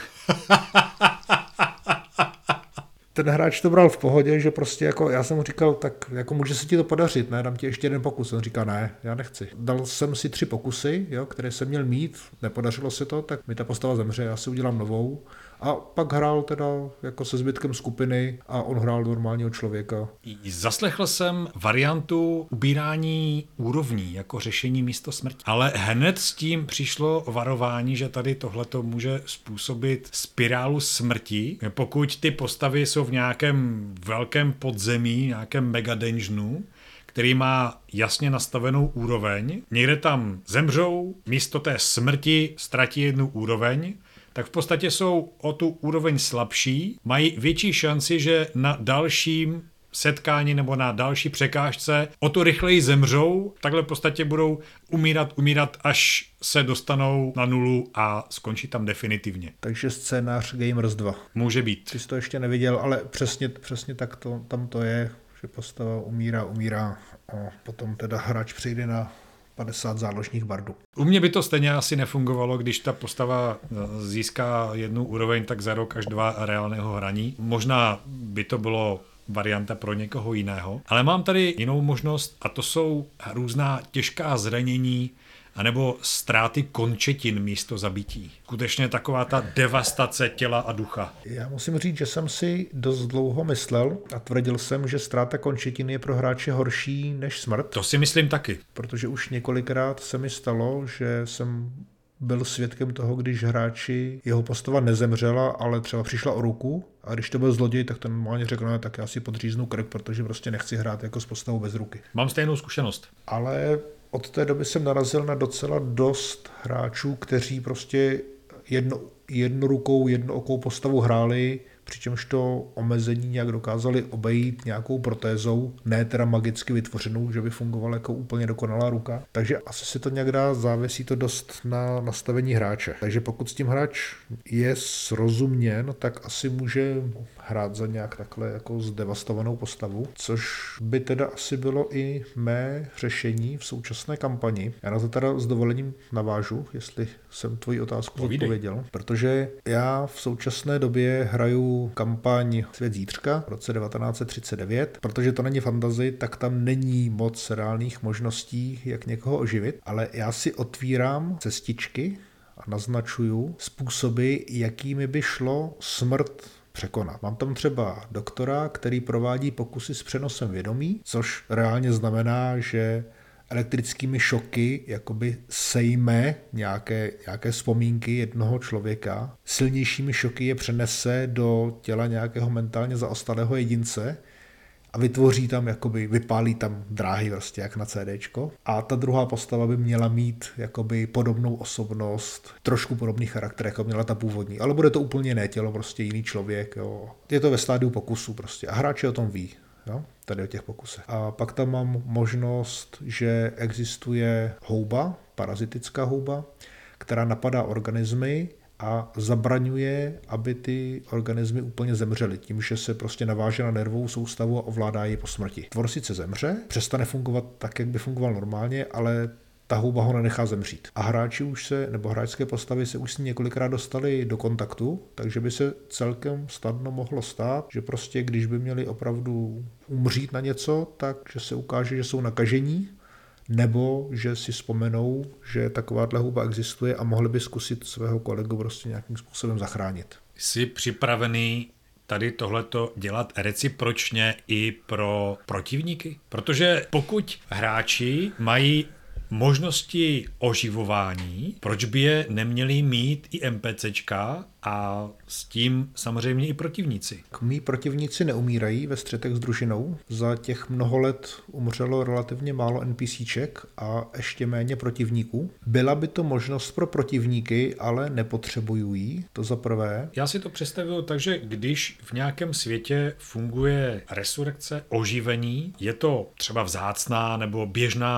S2: Ten hráč to bral v pohodě, že prostě jako já jsem mu říkal, tak jako může se ti to podařit, ne, dám ti ještě jeden pokus. On říká, ne, já nechci. Dal jsem si 3 pokusy, jo, které jsem měl mít, nepodařilo se to, tak mi ta postava zemře, já si udělám novou. A pak hrál teda jako se zbytkem skupiny a on hrál normálního člověka.
S3: Zaslechl jsem variantu ubírání úrovní jako řešení místo smrti. Ale hned s tím přišlo varování, že tady tohleto může způsobit spirálu smrti. Pokud ty postavy jsou v nějakém velkém podzemí, nějakém megadungeonu, který má jasně nastavenou úroveň, někde tam zemřou, místo té smrti ztratí jednu úroveň, tak v podstatě jsou o tu úroveň slabší, mají větší šanci, že na dalším setkání nebo na další překážce o to rychleji zemřou, takhle v podstatě budou umírat, až se dostanou na nulu a skončí tam definitivně.
S2: Takže scénář Gamers 2.
S3: Může být.
S2: Ty jsi to ještě neviděl, ale přesně tak to, tam to je, že postava umírá a potom teda hráč přijde na 50 záložních bardů.
S3: U mě by to stejně asi nefungovalo, když ta postava získá jednu úroveň, tak za rok až 2 reálného hraní. Možná by to bylo varianta pro někoho jiného. Ale mám tady jinou možnost a to jsou různá těžká zranění anebo ztráty končetin místo zabití. Skutečně taková ta devastace těla a ducha.
S2: Já musím říct, že jsem si dost dlouho myslel a tvrdil jsem, že ztráta končetin je pro hráče horší než smrt.
S3: To si myslím taky.
S2: Protože už několikrát se mi stalo, že jsem byl svědkem toho, když hráči, jeho postava nezemřela, ale třeba přišla o ruku a když to byl zloděj, tak ten normálně řekl, no, tak já si podříznu krk, protože prostě nechci hrát jako s postavou bez ruky.
S3: Mám stejnou zkušenost.
S2: Ale od té doby jsem narazil na docela dost hráčů, kteří prostě jednorukou, jednookou postavu hráli, přičemž to omezení nějak dokázali obejít nějakou protézou, ne teda magicky vytvořenou, že by fungovala jako úplně dokonalá ruka. Takže asi se to nějak dá, závisí to dost na nastavení hráče. Takže pokud s tím hráč je srozuměn, tak asi může hrát za nějak takhle jako zdevastovanou postavu, což by teda asi bylo i mé řešení v současné kampani. Já na to teda s dovolením navážu, jestli jsem tvoji otázku odpověděl, protože já v současné době hraju kampaň Svět zítřka v roce 1939, protože to není fantasy, tak tam není moc reálných možností, jak někoho oživit, ale já si otvírám cestičky a naznačuju způsoby, jakými by šlo smrt překonat. Mám tam třeba doktora, který provádí pokusy s přenosem vědomí, což reálně znamená, že elektrickými šoky jakoby sejme nějaké vzpomínky jednoho člověka. Silnějšími šoky je přenese do těla nějakého mentálně zaostalého jedince a vytvoří tam, jakoby vypálí tam dráhy prostě jak na CDčko. A ta druhá postava by měla mít jakoby podobnou osobnost, trošku podobný charakter, jako měla ta původní, ale bude to úplně jiné tělo, prostě jiný člověk, jo. Je to ve stádiu pokusu prostě a hráči o tom ví. Jo, tady o těch pokusech. A pak tam mám možnost, že existuje houba, parazitická houba, která napadá organismy a zabraňuje, aby ty organismy úplně zemřely, tím, že se prostě naváže na nervovou soustavu a ovládá ji po smrti. Tvor sice zemře, přestane fungovat tak, jak by fungoval normálně, ale ta houba ho nenechá zemřít. A hráči už se, nebo hráčské postavy se už s ní několikrát dostali do kontaktu, takže by se celkem snadno mohlo stát, že prostě když by měli opravdu umřít na něco, tak že se ukáže, že jsou nakažení, nebo že si vzpomenou, že takováhle houba existuje a mohli by zkusit svého kolegu prostě nějakým způsobem zachránit.
S3: Jsi připravený tady tohleto dělat recipročně i pro protivníky? Protože pokud hráči mají možnosti oživování, proč by je neměli mít i NPCčka a s tím samozřejmě i protivníci?
S2: Mí protivníci neumírají ve střetech s družinou. Za těch mnoho let umřelo relativně málo NPCček a ještě méně protivníků. Byla by to možnost pro protivníky, ale nepotřebují, to za prvé.
S3: Já si to představuju tak, že když v nějakém světě funguje resurrekce, oživení, je to třeba vzácná nebo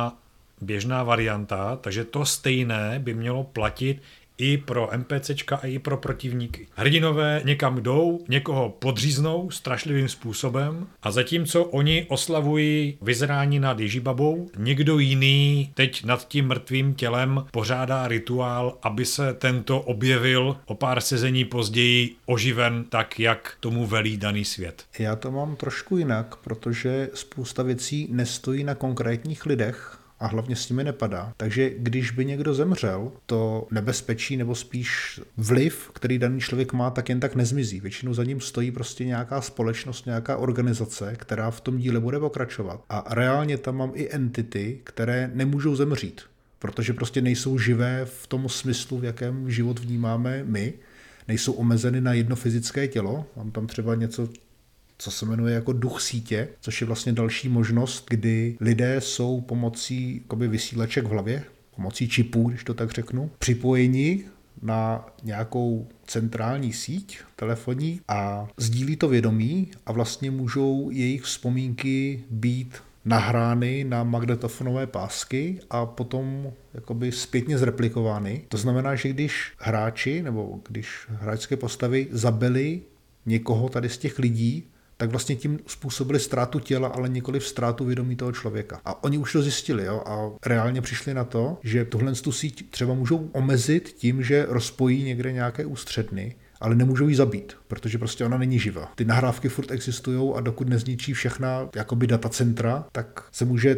S3: běžná varianta, takže to stejné by mělo platit i pro NPCčka a i pro protivníky. Hrdinové někam jdou, někoho podříznou strašlivým způsobem a zatímco oni oslavují vyzrání nad Ježibabou, někdo jiný teď nad tím mrtvým tělem pořádá rituál, aby se tento objevil o pár sezení později oživen tak, jak tomu velí daný svět.
S2: Já to mám trošku jinak, protože spousta věcí nestojí na konkrétních lidech, a hlavně s nimi nepadá. Takže když by někdo zemřel, to nebezpečí nebo spíš vliv, který daný člověk má, tak jen tak nezmizí. Většinou za ním stojí prostě nějaká společnost, nějaká organizace, která v tom díle bude pokračovat. A reálně tam mám i entity, které nemůžou zemřít, protože prostě nejsou živé v tom smyslu, v jakém život vnímáme my. Nejsou omezeny na jedno fyzické tělo. Mám tam třeba něco, co se jmenuje jako duch sítě, což je vlastně další možnost, kdy lidé jsou pomocí jakoby vysílaček v hlavě, pomocí čipů, když to tak řeknu, připojeni na nějakou centrální síť telefonní a sdílí to vědomí a vlastně můžou jejich vzpomínky být nahrány na magnetofonové pásky a potom jakoby zpětně zreplikovány. To znamená, že když hráči nebo když hráčské postavy zabili někoho tady z těch lidí, tak vlastně tím způsobili ztrátu těla, ale nikoli ztrátu vědomí toho člověka. A oni už to zjistili, jo, a reálně přišli na to, že tuhle tu síť třeba můžou omezit tím, že rozpojí někde nějaké ústředny, ale nemůžou ji zabít, protože prostě ona není živá. Ty nahrávky furt existují a dokud nezničí všechna jakoby datacentra, tak se může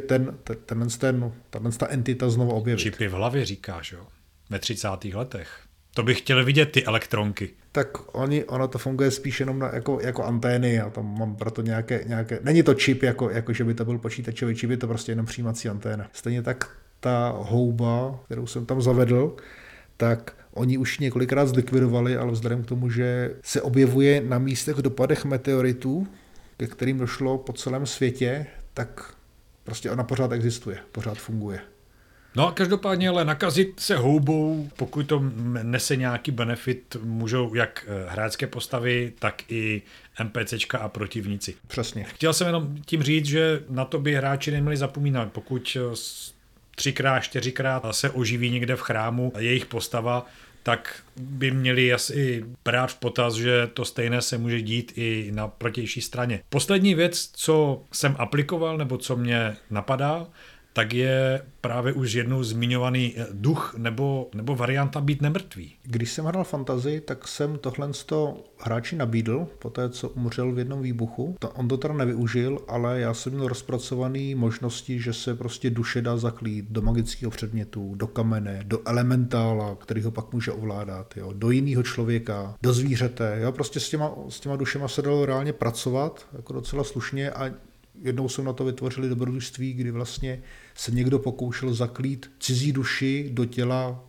S2: ta entita znovu objevit.
S3: Čipy v hlavě říkáš, jo? Ve 30. letech. To bych chtěl vidět ty elektronky.
S2: Tak ono to funguje spíš jenom jako antény, já tam mám proto nějaké, není to čip, jako že by to byl počítačový čip, je to prostě jenom přijímací anténa. Stejně tak ta houba, kterou jsem tam zavedl, tak oni už několikrát zlikvidovali, ale vzhledem k tomu, že se objevuje na místech dopadech meteoritů, ke kterým došlo po celém světě, tak prostě ona pořád existuje, pořád funguje.
S3: No a každopádně ale nakazit se houbou, pokud to nese nějaký benefit, můžou jak hráčské postavy, tak i NPCčka a protivníci.
S2: Přesně.
S3: Chtěl jsem jenom tím říct, že na to by hráči neměli zapomínat, pokud 3x, 4x se oživí někde v chrámu jejich postava, tak by měli asi brát v potaz, že to stejné se může dít i na protější straně. Poslední věc, co jsem aplikoval, nebo co mě napadá, tak je právě už jednou zmiňovaný duch nebo varianta být nemrtvý.
S2: Když jsem hrál fantazii, tak jsem tohle hráči nabídl, poté co umřel v jednom výbuchu. On to teda nevyužil, ale já jsem měl rozpracovaný možnosti, že se prostě duše dá zaklít do magického předmětu, do kamene, do elementála, který ho pak může ovládat, jo, do jiného člověka, do zvířete. Jo, prostě s těma dušema se dalo reálně pracovat jako docela slušně a jednou jsme na to vytvořili dobrodružství, kdy vlastně se někdo pokoušel zaklít cizí duši do těla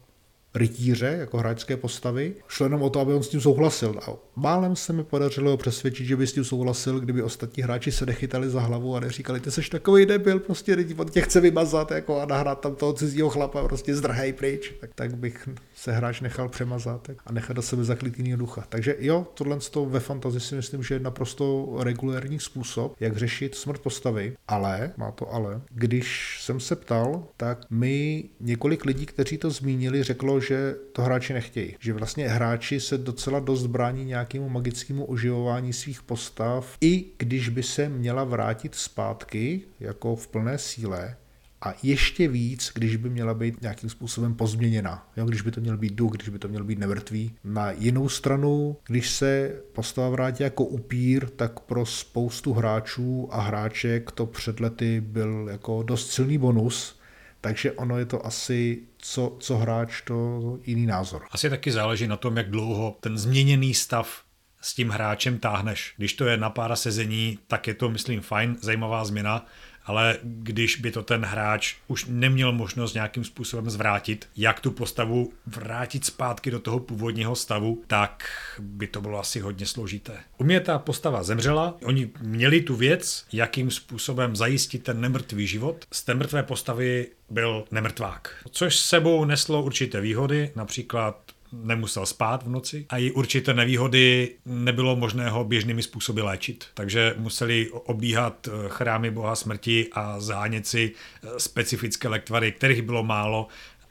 S2: rytíře, jako hráčské postavy. Šlo jenom o to, aby on s tím souhlasil. A málem se mi podařilo přesvědčit, že by s tím souhlasil, kdyby ostatní hráči se nechytali za hlavu a neříkali, ty seš takový debil, prostě on tě chce vymazat jako, a nahrát tam toho cizího chlapa, prostě zdrhej pryč. Tak bych se hráč nechal přemazat a nechat do sebe zaklít jinýho ducha. Takže jo, tohle ve fantasy si myslím, že je naprosto regulérní způsob, jak řešit smrt postavy, ale, má to ale, když jsem se ptal, tak mi několik lidí, kteří to zmínili, řeklo, že to hráči nechtějí. Že vlastně hráči se docela dost brání nějakému magickému oživování svých postav, i když by se měla vrátit zpátky, jako v plné síle, a ještě víc, když by měla být nějakým způsobem pozměněna. Jo, když by to měl být duch, když by to měl být nemrtvý. Na jinou stranu, když se postava vrátí jako upír, tak pro spoustu hráčů a hráček to před lety byl jako dost silný bonus, takže ono je to asi co hráč, to jiný názor.
S3: Asi taky záleží na tom, jak dlouho ten změněný stav s tím hráčem táhneš. Když to je na pár sezení, tak je to, myslím, fajn, zajímavá změna, ale když by to ten hráč už neměl možnost nějakým způsobem zvrátit, jak tu postavu vrátit zpátky do toho původního stavu, tak by to bylo asi hodně složité. U mě ta postava zemřela, oni měli tu věc, jakým způsobem zajistit ten nemrtvý život. Z té mrtvé postavy byl nemrtvák, což sebou neslo určité výhody, například nemusel spát v noci a i určité nevýhody nebylo možné ho běžnými způsoby léčit. Takže museli obíhat chrámy boha smrti a zánět si specifické lektvary, kterých bylo málo,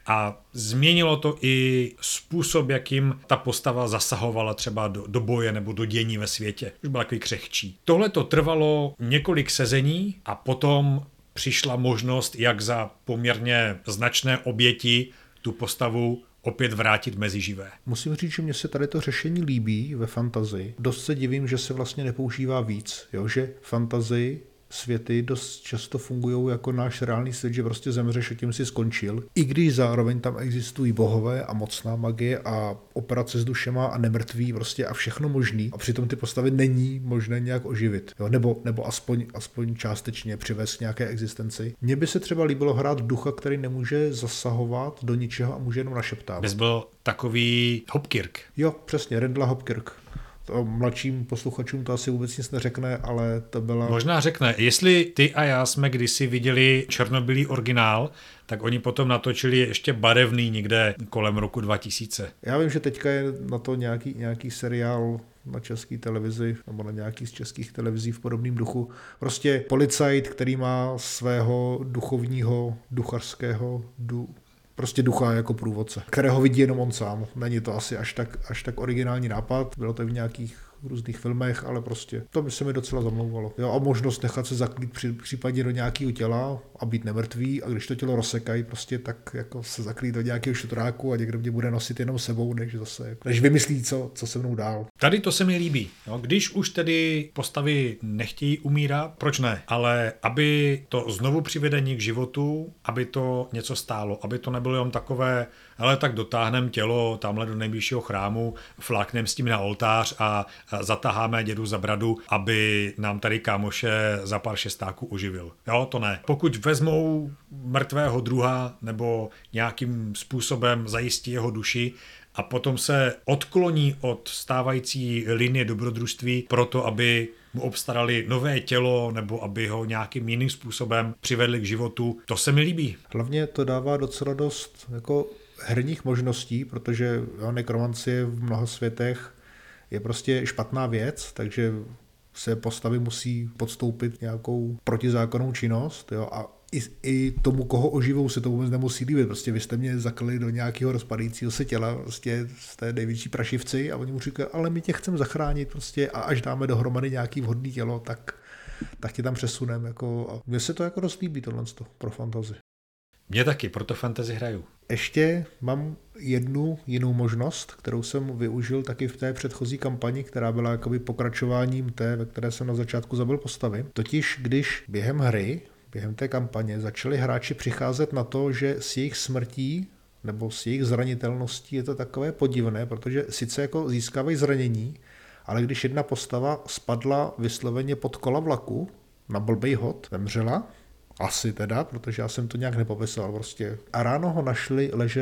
S3: a změnilo to i způsob, jakým ta postava zasahovala třeba do boje nebo do dění ve světě. Už byla takový křehčí. Tohle to trvalo několik sezení a potom přišla možnost, jak za poměrně značné oběti tu postavu opět vrátit mezi živé.
S2: Musím říct, že mně se tady to řešení líbí ve fantazii. Dost se divím, že se vlastně nepoužívá víc. Jo? Že fantazii světy dost často fungují jako náš reálný svět, že prostě zemřeš a tím si skončil. I když zároveň tam existují bohové a mocná magie a operace s dušema a nemrtví prostě a všechno možný. A přitom ty postavy není možné nějak oživit. Jo? Nebo aspoň částečně přivést k nějaké existenci. Mně by se třeba líbilo hrát ducha, který nemůže zasahovat do ničeho a může jenom našeptávat.
S3: Bys byl takový Hopkirk.
S2: Jo, přesně, Rendla Hopkirk. Mladším posluchačům to asi vůbec nic neřekne, ale to byla...
S3: Možná řekne, jestli ty a já jsme kdysi viděli černobílý originál, tak oni potom natočili ještě barevný někde kolem roku 2000.
S2: Já vím, že teďka je na to nějaký seriál na české televizi, nebo na nějaký z českých televizí v podobném duchu. Prostě policajt, který má svého duchovního, duchařského, prostě ducha jako průvodce, kterého vidí jenom on sám. Není to asi až tak originální nápad, bylo to v nějakých různých filmech, ale prostě to by se mi docela zamlouvalo. Jo, a možnost nechat se zaklít případně do nějakého těla a být nemrtvý, a když to tělo rozsekají, prostě tak jako se zaklít do nějakého šutráku a někdo mě bude nosit jenom sebou, než vymyslí, co se mnou dál.
S3: Tady to se mi líbí. Jo, když už tedy postavy nechtějí umírat, proč ne? Ale aby to znovu přivedení k životu, aby to něco stálo, aby to nebylo jenom takové, ale tak dotáhneme tělo tamhle do nejbližšího chrámu, flákneme s tím na oltář a zataháme dědu za bradu, aby nám tady kámoše za pár šestáků oživil. Jo, to ne. Pokud vezmou mrtvého druha nebo nějakým způsobem zajistí jeho duši a potom se odkloní od stávající linie dobrodružství proto, aby mu obstarali nové tělo nebo aby ho nějakým jiným způsobem přivedli k životu, to se mi líbí.
S2: Hlavně to dává docela dost jako herních možností, protože nekromancie v mnoha světech je prostě špatná věc, takže se postavy musí podstoupit nějakou protizákonnou činnost, jo, a i tomu, koho oživou, se to vůbec nemusí líbit. Prostě vy jste mě zaklali do nějakého rozpadajícího se těla, prostě z té největší prašivci, a oni mu říkají, ale my tě chceme zachránit prostě, a až dáme dohromady nějaký vhodný tělo, tak tě tam přesuneme. Jako, a mně se to jako dost líbí tohle pro fantasy.
S3: Mně taky, proto fantasy hraju.
S2: Ještě mám jednu jinou možnost, kterou jsem využil taky v té předchozí kampani, která byla jakoby pokračováním té, ve které jsem na začátku zabil postavy. Totiž, když během hry, během té kampaně začali hráči přicházet na to, že s jejich smrtí nebo s jejich zranitelností je to takové podivné, protože sice jako získávají zranění, ale když jedna postava spadla vysloveně pod kola vlaku na blbej hod, zemřela, asi teda, protože já jsem to nějak nepopisoval prostě. A ráno ho našli ležet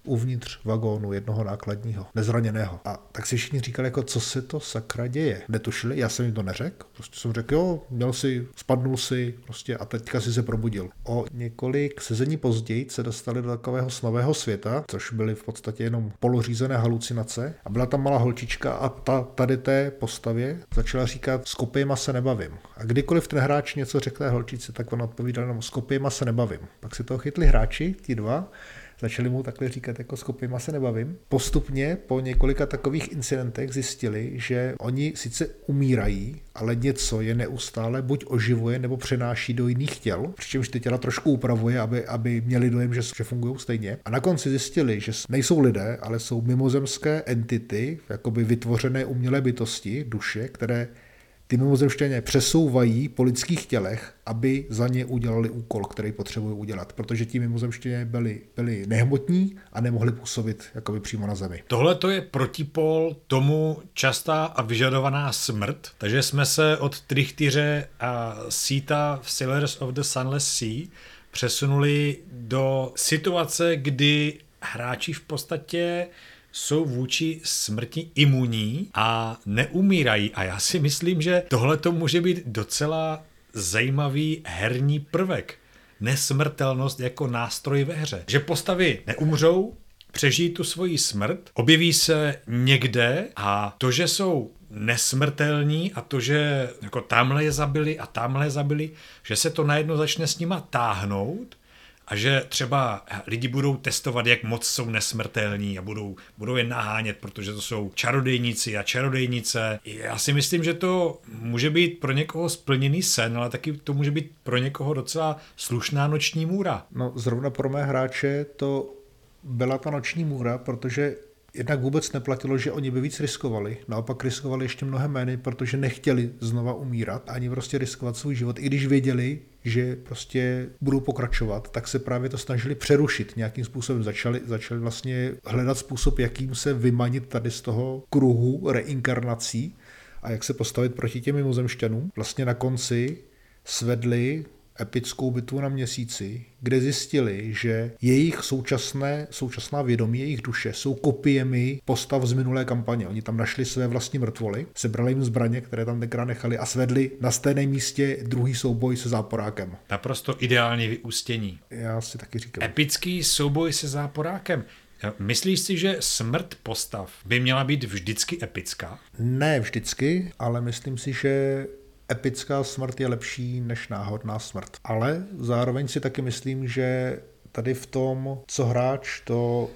S2: uvnitř vagónu jednoho nákladního, nezraněného. A tak si všichni říkali, jako co se to sakra děje. Netušili, já jsem jim to neřekl. Prostě jsem řekl, jo, spadnul si prostě a teďka si se probudil. O několik sezení později se dostali do takového snového světa, což byly v podstatě jenom polořízené halucinace. A byla tam malá holčička a tady té postavě začala říkat, s kopijema se nebavím. A kdykoliv ten hráč něco řekl té holčice, tak on odpovídal jenom, s kopijema se nebavím. Pak si toho chytli hráči, ti dva, začali mu takhle říkat, jako s kopijema se nebavím. Postupně po několika takových incidentech zjistili, že oni sice umírají, ale něco je neustále buď oživuje, nebo přenáší do jiných těl, přičemž ty těla trošku upravuje, aby měli dojem, že fungují stejně. A na konci zjistili, že nejsou lidé, ale jsou mimozemské entity, jakoby vytvořené umělé bytosti, duše, které ty mimozemštěné přesouvají po lidských tělech, aby za ně udělali úkol, který potřebují udělat, protože ti mimozemštěné byli nehmotní a nemohli působit jakoby přímo na zemi.
S3: Tohle to je protipol tomu častá a vyžadovaná smrt, takže jsme se od Trichtyře a Síta v Sailors of the Sunless Sea přesunuli do situace, kdy hráči v podstatě jsou vůči smrti imunní a neumírají. A já si myslím, že tohle to může být docela zajímavý herní prvek. Nesmrtelnost jako nástroj ve hře. Že postavy neumřou, přežijí tu svoji smrt, objeví se někde a to, že jsou nesmrtelní a to, že jako tamhle je zabili, že se to najednou začne s nima táhnout, a že třeba lidi budou testovat, jak moc jsou nesmrtelní a budou je nahánět, protože to jsou čarodejníci a čarodejnice. Já si myslím, že to může být pro někoho splněný sen, ale taky to může být pro někoho docela slušná noční můra.
S2: No zrovna pro mé hráče to byla ta noční můra, protože jednak vůbec neplatilo, že oni by víc riskovali. Naopak riskovali ještě mnohem méně, protože nechtěli znova umírat, ani prostě riskovat svůj život. I když věděli, že prostě budou pokračovat, tak se právě to snažili přerušit nějakým způsobem. Začali vlastně hledat způsob, jakým se vymanit tady z toho kruhu reinkarnací a jak se postavit proti těm mimozemšťanům. Vlastně na konci svedli epickou bitvu na Měsíci, kde zjistili, že jejich současná vědomí, jejich duše jsou kopiemi postav z minulé kampaně. Oni tam našli své vlastní mrtvoly, sebrali jim zbraně, které tam tenkrát nechali a svedli na stejném místě druhý souboj se záporákem.
S3: Naprosto ideální vyústění.
S2: Já si taky říkám.
S3: Epický souboj se záporákem. Myslíš si, že smrt postav by měla být vždycky epická?
S2: Ne vždycky, ale myslím si, že epická smrt je lepší než náhodná smrt. Ale zároveň si taky myslím, že tady v tom, co hráč, to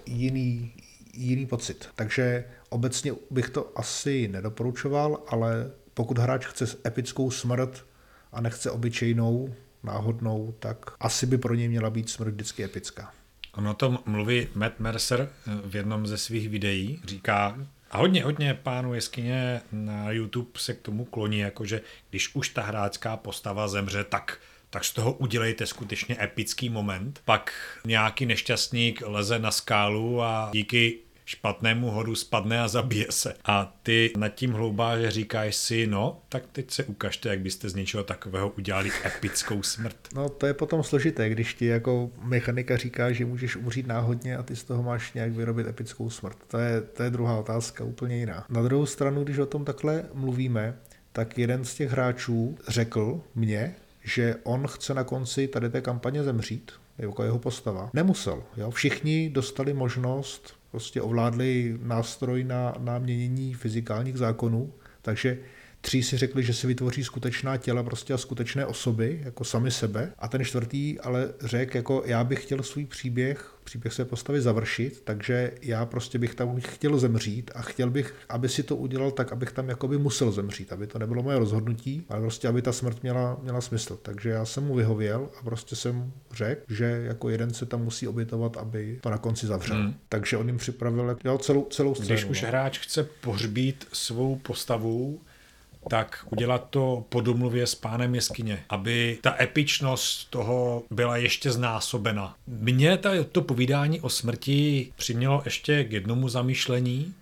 S2: jiný pocit. Takže obecně bych to asi nedoporučoval, ale pokud hráč chce epickou smrt a nechce obyčejnou, náhodnou, tak asi by pro něj měla být smrt vždycky epická.
S3: On o tom mluví Matt Mercer v jednom ze svých videí. Říká, a hodně pánů jeskyně na YouTube se k tomu kloní, jakože když už ta hráčská postava zemře, tak z toho udělejte skutečně epický moment. Pak nějaký nešťastník leze na skálu a díky špatnému hodu spadne a zabije se. A ty nad tím hloubáže říkáš si, no, tak teď se ukažte, jak byste z něčeho takového udělali epickou smrt.
S2: No to je potom složité, když ti jako mechanika říká, že můžeš umřít náhodně a ty z toho máš nějak vyrobit epickou smrt. To je druhá otázka, úplně jiná. Na druhou stranu, když o tom takhle mluvíme, tak jeden z těch hráčů řekl mně, že on chce na konci tady té kampaně zemřít, jako jeho postava. Nemusel. Jo? Všichni dostali možnost, prostě ovládli nástroj na měnění fyzikálních zákonů, takže 3 si řekli, že si vytvoří skutečná těla prostě a skutečné osoby, jako sami sebe. A ten 4. ale řekl, jako já bych chtěl svůj příběh své postavy završit, takže já prostě bych tam chtěl zemřít a chtěl bych, aby si to udělal tak, abych tam jakoby musel zemřít, aby to nebylo moje rozhodnutí, ale prostě aby ta smrt měla smysl. Takže já jsem mu vyhověl a prostě jsem řekl, že jako jeden se tam musí obětovat, aby to na konci zavřel. Takže on jim připravil celou scénu.
S3: Když už hráč chce pohřbít svou postavu, tak udělat to po domluvě s pánem jeskyně, aby ta epičnost toho byla ještě znásobena. Mně to povídání o smrti přimělo ještě k jednomu zamyšlení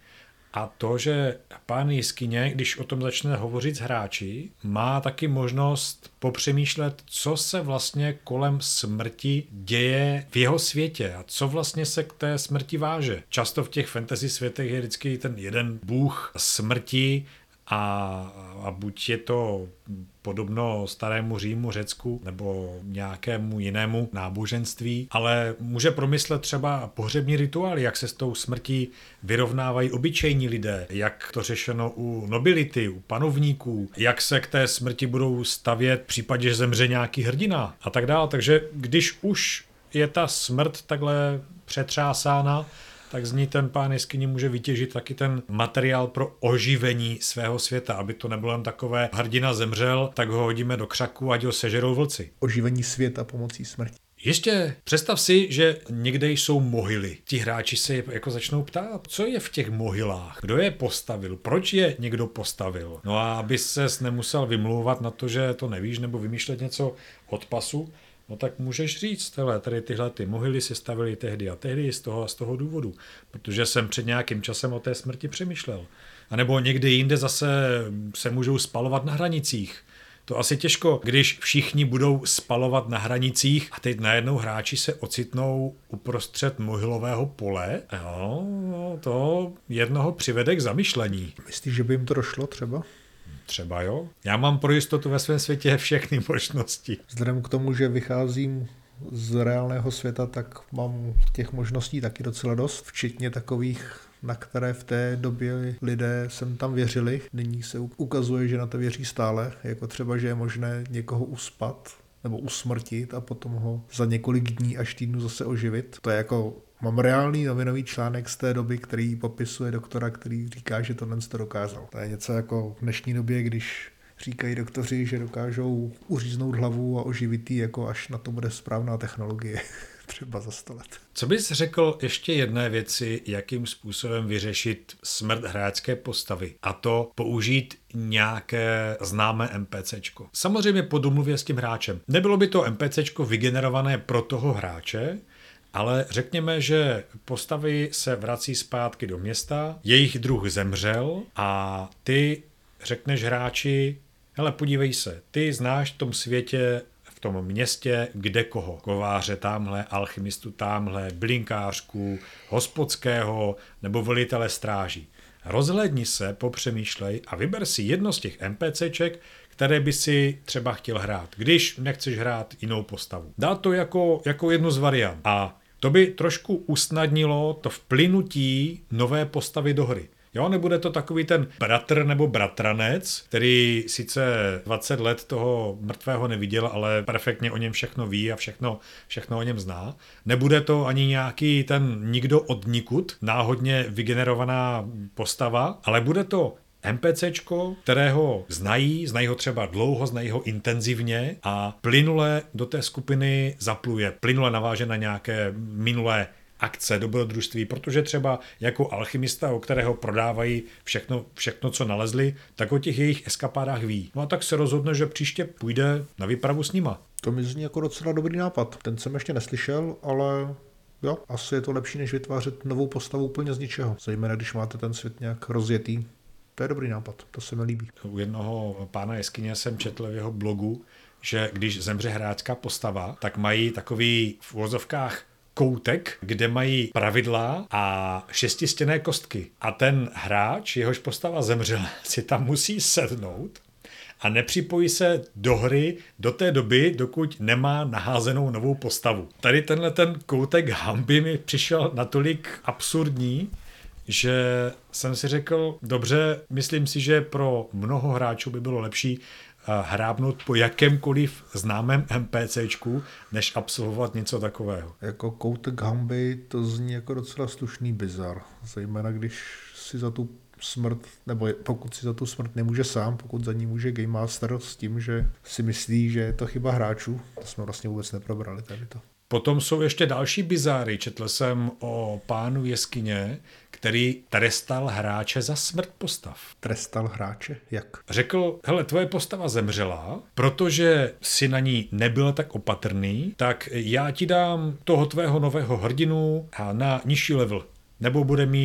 S3: A to, že pán Jiskyně, když o tom začne hovořit s hráči, má taky možnost popřemýšlet, co se vlastně kolem smrti děje v jeho světě a co vlastně se k té smrti váže. Často v těch fantasy světech je vždycky ten jeden bůh smrti a buď je to podobno starému Římu, Řecku nebo nějakému jinému náboženství, ale může promyslet třeba pohřební rituály, jak se s tou smrtí vyrovnávají obyčejní lidé, jak to řešeno u nobility, u panovníků, jak se k té smrti budou stavět v případě, že zemře nějaký hrdina a tak dále. Takže když už je ta smrt takhle přetřásána, tak z ní ten pán Jeskyně může vytěžit taky ten materiál pro oživení svého světa, aby to nebylo jen takové hrdina zemřel, tak ho hodíme do křaku, ať ho sežerou vlci.
S2: Oživení světa pomocí smrti.
S3: Ještě představ si, že někde jsou mohyly. Ti hráči se jako začnou ptát, co je v těch mohylách, kdo je postavil, proč je někdo postavil. No a aby ses nemusel vymlouvat na to, že to nevíš, nebo vymýšlet něco od pasu, no tak můžeš říct, tady tyhle ty mohyly se stavily tehdy a tehdy z toho a z toho důvodu, protože jsem před nějakým časem o té smrti přemýšlel. A nebo někde jinde zase se můžou spalovat na hranicích. To asi těžko, když všichni budou spalovat na hranicích a teď najednou hráči se ocitnou uprostřed mohylového pole. Jo, to jednoho přivede k zamyšlení.
S2: Myslíš, že by jim to došlo třeba?
S3: Třeba jo. Já mám pro jistotu ve svém světě všechny možnosti.
S2: Vzhledem k tomu, že vycházím z reálného světa, tak mám těch možností taky docela dost, včetně takových, na které v té době lidé sem tam věřili. Nyní se ukazuje, že na to věří stále, jako třeba, že je možné někoho uspat nebo usmrtit a potom ho za několik dní až týdnů zase oživit. To je jako, mám reálný novinový článek z té doby, který popisuje doktora, který říká, že tohle to dokázal. To je něco jako v dnešní době, když říkají doktoři, že dokážou uříznout hlavu a oživit ji, jako až na to bude správná technologie. Třeba za 100 let.
S3: Co bys řekl ještě jedné věci, jakým způsobem vyřešit smrt hráčské postavy? A to použít nějaké známé NPCčko. Samozřejmě po domluvě s tím hráčem. Nebylo by to NPCčko vygenerované pro toho hráče, ale řekněme, že postavy se vrací zpátky do města, jejich druh zemřel a ty řekneš hráči, hele, podívej se, ty znáš v tom světě, v tom městě, kde koho. Kováře tamhle, alchymistu tamhle, blinkářku, hospodského nebo velitele stráží. Rozhlédni se, popřemýšlej a vyber si jedno z těch NPCček, které by si třeba chtěl hrát, když nechceš hrát jinou postavu. Dá to jako jednu z variant. A to by trošku usnadnilo to vplynutí nové postavy do hry. Jo, nebude to takový ten bratr nebo bratranec, který sice 20 let toho mrtvého neviděl, ale perfektně o něm všechno ví a všechno o něm zná. Nebude to ani nějaký ten nikdo odnikud, náhodně vygenerovaná postava, ale bude to NPCčko, kterého znají ho třeba dlouho, znají ho intenzivně a plynule do té skupiny zapluje, plynule naváže na nějaké minulé akce, dobrodružství, protože třeba jako alchymista, o kterého prodávají všechno, co nalezli, tak o těch jejich eskapádách ví. No a tak se rozhodne, že příště půjde na výpravu s nima.
S2: To mi zní jako docela dobrý nápad. Ten jsem ještě neslyšel, ale jo, asi je to lepší, než vytvářet novou postavu úplně z ničeho. Zejména, když máte ten svět nějak rozjetý. To je dobrý nápad, to se mi líbí.
S3: U jednoho pána Jeskyně jsem četl v jeho blogu, že když zemře hráčská postava, tak mají takový v uvozovkách koutek, kde mají pravidla a šestistěnné kostky. A ten hráč, jehož postava zemřela, si tam musí sednout a nepřipojí se do hry do té doby, dokud nemá naházenou novou postavu. Tady tenhle ten koutek hanby mi přišel natolik absurdní, že jsem si řekl, dobře, myslím si, že pro mnoho hráčů by bylo lepší hrábnout po jakémkoliv známém NPCčku, než absolvovat něco takového.
S2: Jako koutek hanby to zní jako docela slušný bizar. Zejména když si za tu smrt, nebo pokud si za tu smrt nemůže sám, pokud za ní může Game Master s tím, že si myslí, že je to chyba hráčů. To jsme vlastně vůbec neprobrali tady to.
S3: Potom jsou ještě další bizáry. Četl jsem o pánu Jeskyně, který trestal hráče za smrt postav.
S2: Trestal hráče? Jak?
S3: Řekl, hele, tvoje postava zemřela, protože si na ní nebyl tak opatrný, tak já ti dám toho tvého nového hrdinu na nižší level. Nebo bude mít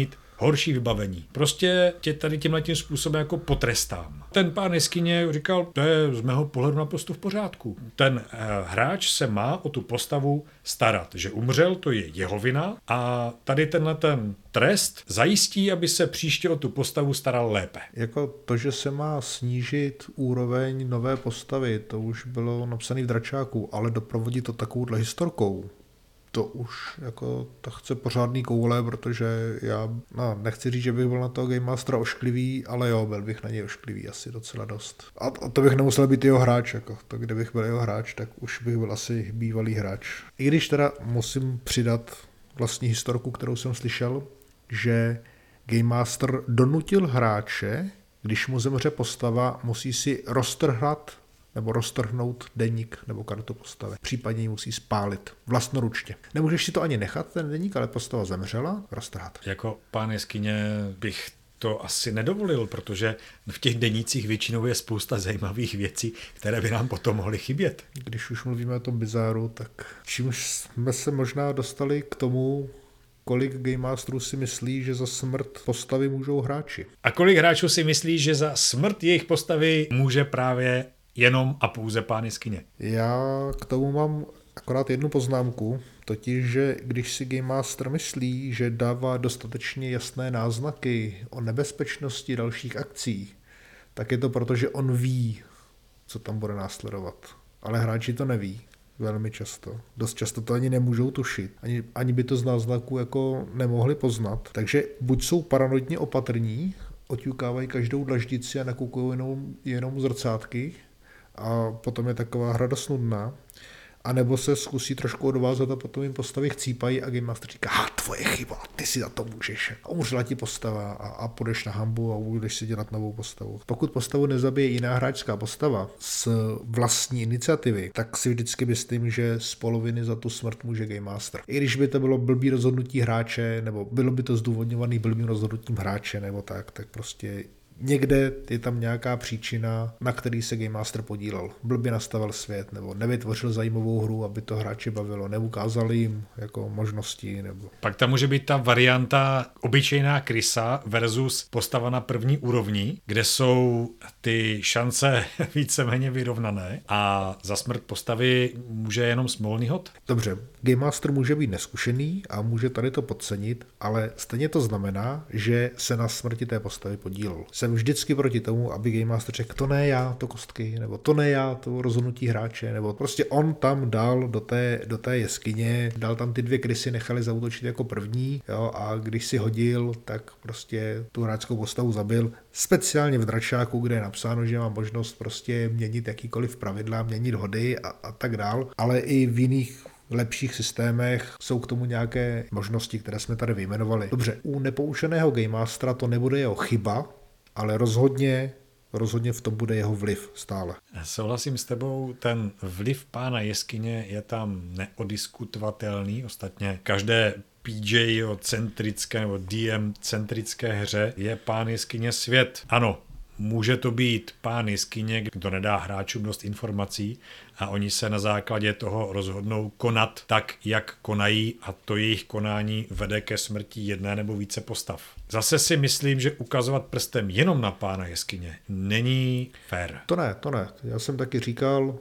S3: horší vybavení. Prostě tě tady tímhletím způsobem jako potrestám. Ten pán jeskyně říkal, to je z mého pohledu naprosto v pořádku. Ten hráč se má o tu postavu starat, že umřel, to je jeho vina a tady tenhle ten trest zajistí, aby se příště o tu postavu staral lépe.
S2: Jako to, že se má snížit úroveň nové postavy, to už bylo napsané v Dračáku, ale doprovodí to takovouhle historkou. To už jako to chce pořádný koule, protože já nechci říct, že bych byl na toho Game Mastera ošklivý, ale jo, byl bych na něj ošklivý asi docela dost. A to bych nemusel být jeho hráč, jako to kdybych byl jeho hráč, tak už bych byl asi bývalý hráč. I když teda musím přidat vlastní historku, kterou jsem slyšel, že Game Master donutil hráče, když mu zemře postava, musí si roztrhnout deník nebo kartu postavy. Případně ji musí spálit vlastnoručně. Nemůžeš si to ani nechat, ten deník, ale postava zemřela, roztrhat.
S3: Jako pán jeskyně bych to asi nedovolil, protože v těch denících většinou je spousta zajímavých věcí, které by nám potom mohly chybět.
S2: Když už mluvíme o tom bizáru, tak čímž jsme se možná dostali k tomu, kolik Game Masterů si myslí, že za smrt postavy můžou hráči.
S3: A kolik hráčů si myslí, že za smrt jejich postavy může právě jenom a pouze pán jeskyně?
S2: Já k tomu mám akorát jednu poznámku, totiž, že když si Game Master myslí, že dává dostatečně jasné náznaky o nebezpečnosti dalších akcí, tak je to proto, že on ví, co tam bude následovat. Ale hráči to neví. Velmi často. Dost často to ani nemůžou tušit. Ani by to z náznaků jako nemohli poznat. Takže buď jsou paranoidně opatrní, oťukávají každou dlaždici a nakoukují jenom zrcátky a potom je taková hra dost nudná. A nebo se zkusí trošku odvázat a potom jim postavy chcípají a Game Master říká, tvoje chyba, ty si za to můžeš. A umřela ti postava a půjdeš na hambu a budeš si dělat novou postavu. Pokud postavu nezabije jiná hráčská postava z vlastní iniciativy, tak si vždycky myslím, že z poloviny za tu smrt může Game Master. I když by to bylo blbý rozhodnutí hráče, nebo bylo by to zdůvodňovaný blbým rozhodnutím hráče, nebo tak prostě někde je tam nějaká příčina, na který se Game Master podílel. Blbě nastavil svět, nebo nevytvořil zajímavou hru, aby to hráče bavilo, neukázal jim jako možnosti. Nebo...
S3: Pak tam může být ta varianta obyčejná krysa versus postava na první úrovni, kde jsou ty šance víceméně vyrovnané a za smrt postavy může jenom smolný hod.
S2: Dobře, Game Master může být neskušený a může tady to podcenit, ale stejně to znamená, že se na smrti té postavy podílel. Jsem vždycky proti tomu, aby Game Master řekl, to ne já, to kostky, nebo to ne já, to rozhodnutí hráče, nebo prostě on tam dal do té jeskyně, dal tam ty dvě krysy, nechali zaútočit jako první, jo, a když si hodil, tak prostě tu hráčskou postavu zabil. Speciálně v Dračáku, kde je napsáno, že má možnost prostě měnit jakýkoliv pravidla, měnit hody a tak dál, ale i v jiných lepších systémech jsou k tomu nějaké možnosti, které jsme tady vyjmenovali. Dobře, u nepoučeného Game Mastera to nebude jeho chyba, ale rozhodně v tom bude jeho vliv stále.
S3: Souhlasím s tebou, ten vliv pána jeskyně je tam neodiskutovatelný, ostatně každé PJ-centrické nebo DM-centrické hře je pán jeskyně svět. Ano, může to být pán jeskyně, kdo nedá hráčům dost informací a oni se na základě toho rozhodnou konat tak, jak konají a to jejich konání vede ke smrti jedné nebo více postav. Zase si myslím, že ukazovat prstem jenom na pána jeskyně není fér.
S2: To ne. Já jsem taky říkal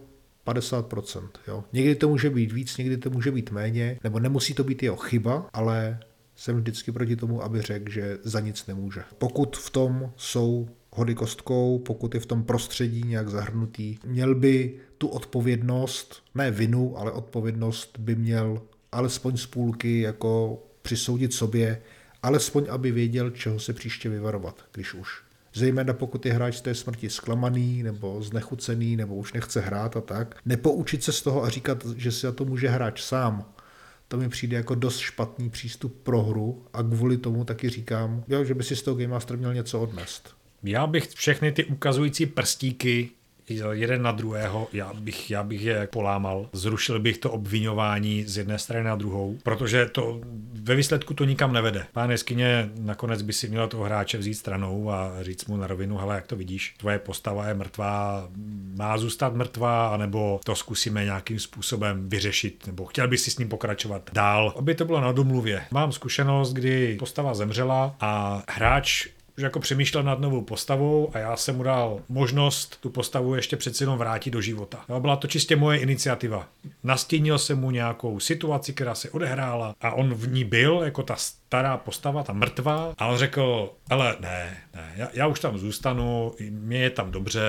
S2: 50%. Jo. Někdy to může být víc, někdy to může být méně, nebo nemusí to být jeho chyba, ale jsem vždycky proti tomu, aby řekl, že za nic nemůže. Pokud v tom jsou hody kostkou, pokud je v tom prostředí nějak zahrnutý, měl by tu odpovědnost, ne vinu, ale odpovědnost by měl alespoň z půlky jako přisoudit sobě, alespoň aby věděl, čeho se příště vyvarovat, když už. Zejména pokud je hráč z té smrti zklamaný nebo znechucený nebo už nechce hrát a tak. Nepoučit se z toho a říkat, že si za to může hráč sám. To mi přijde jako dost špatný přístup pro hru a kvůli tomu taky říkám, že by si z toho Game Master měl něco odnést.
S3: Já bych všechny ty ukazující prstíky jeden na druhého, já bych je polámal, zrušil bych to obviňování z jedné strany na druhou, protože to ve výsledku to nikam nevede. Pán jeskyně nakonec by si měl toho hráče vzít stranou a říct mu na rovinu, hele, jak to vidíš, tvoje postava je mrtvá, má zůstat mrtvá, anebo to zkusíme nějakým způsobem vyřešit, nebo chtěl by si s ním pokračovat dál, aby to bylo na domluvě. Mám zkušenost, kdy postava zemřela a hráč už jako přemýšlel nad novou postavou a já jsem mu dal možnost tu postavu ještě přeci jenom vrátit do života. No, byla to čistě moje iniciativa. Nastínil jsem mu nějakou situaci, která se odehrála a on v ní byl jako ta stará postava, ta mrtvá a on řekl, ale ne, já už tam zůstanu, mě je tam dobře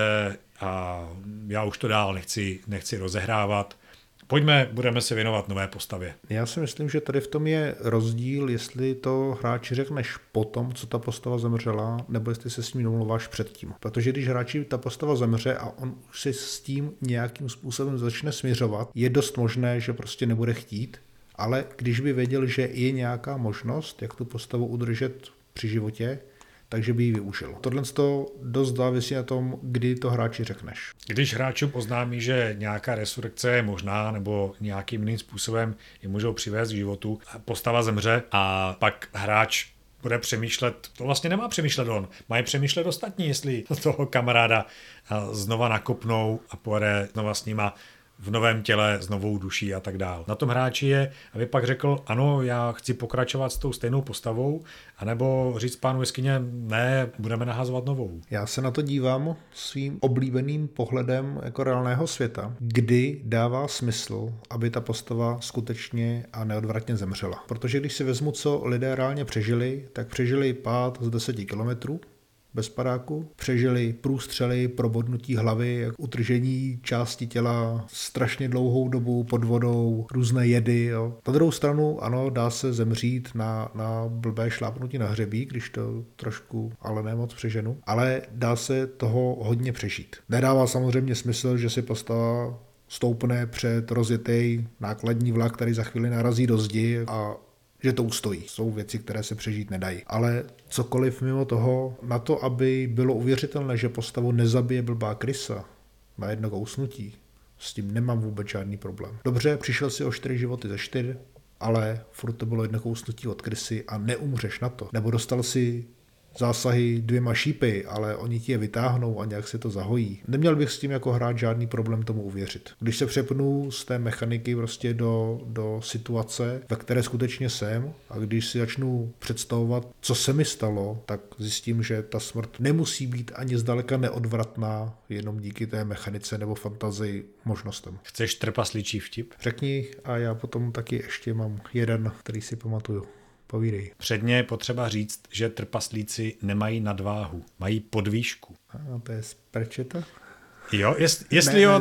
S3: a já už to dál nechci rozehrávat. Pojďme, budeme se věnovat nové postavě.
S2: Já si myslím, že tady v tom je rozdíl, jestli to hráči řekneš potom, co ta postava zemřela, nebo jestli se s ním domluváš předtím. Protože když hráči ta postava zemře a on už si s tím nějakým způsobem začne směřovat, je dost možné, že prostě nebude chtít, ale když by věděl, že je nějaká možnost, jak tu postavu udržet při životě, takže by ji využil. Tohle to dost závisí na tom, kdy to hráči řekneš.
S3: Když hráčům oznámí, že nějaká resurrekce je možná, nebo nějakým jiným způsobem je můžou přivést k životu, postava zemře a pak hráč bude přemýšlet, to vlastně nemá přemýšlet on, mají přemýšlet ostatní, jestli toho kamaráda znova nakopnou a pojede znova s nima v novém těle, s novou duší a tak dál. Na tom hráči je, aby pak řekl, ano, já chci pokračovat s tou stejnou postavou, anebo říct pánu jeskyně, ne, budeme nahazovat novou.
S2: Já se na to dívám svým oblíbeným pohledem jako reálného světa, kdy dává smysl, aby ta postava skutečně a neodvratně zemřela. Protože když si vezmu, co lidé reálně přežili, tak přežili pád z 10 kilometrů, bez padáku. Přežili průstřely, probodnutí hlavy, utržení části těla, strašně dlouhou dobu pod vodou, různé jedy. Jo. Na druhou stranu, ano, dá se zemřít na blbé šlápnutí na hřebík, když to trošku, ale ne moc přeženu, ale dá se toho hodně přežít. Nedává samozřejmě smysl, že si postava stoupne před rozjetý nákladní vlak, který za chvíli narazí do zdi a že to ustojí. Jsou věci, které se přežít nedají. Ale cokoliv mimo toho, na to, aby bylo uvěřitelné, že postavu nezabije blbá krysa na jedno kousnutí, s tím nemám vůbec žádný problém. Dobře, přišel si o 4 životy ze 4, ale furt to bylo jedno kousnutí od krysy a neumřeš na to. Nebo dostal si zásahy 2 šípy, ale oni ti je vytáhnou a nějak se to zahojí. Neměl bych s tím jako hráč žádný problém tomu uvěřit. Když se přepnu z té mechaniky prostě do situace, ve které skutečně jsem, a když si začnu představovat, co se mi stalo, tak zjistím, že ta smrt nemusí být ani zdaleka neodvratná, jenom díky té mechanice nebo fantazii možnostem.
S3: Chceš trpasličí vtip?
S2: Řekni a já potom taky ještě mám jeden, který si pamatuju. Povídej.
S3: Předně je potřeba říct, že trpaslíci nemají nadváhu, mají podvýšku.
S2: A to je z Pratchetta?
S3: Jo, jestli jo,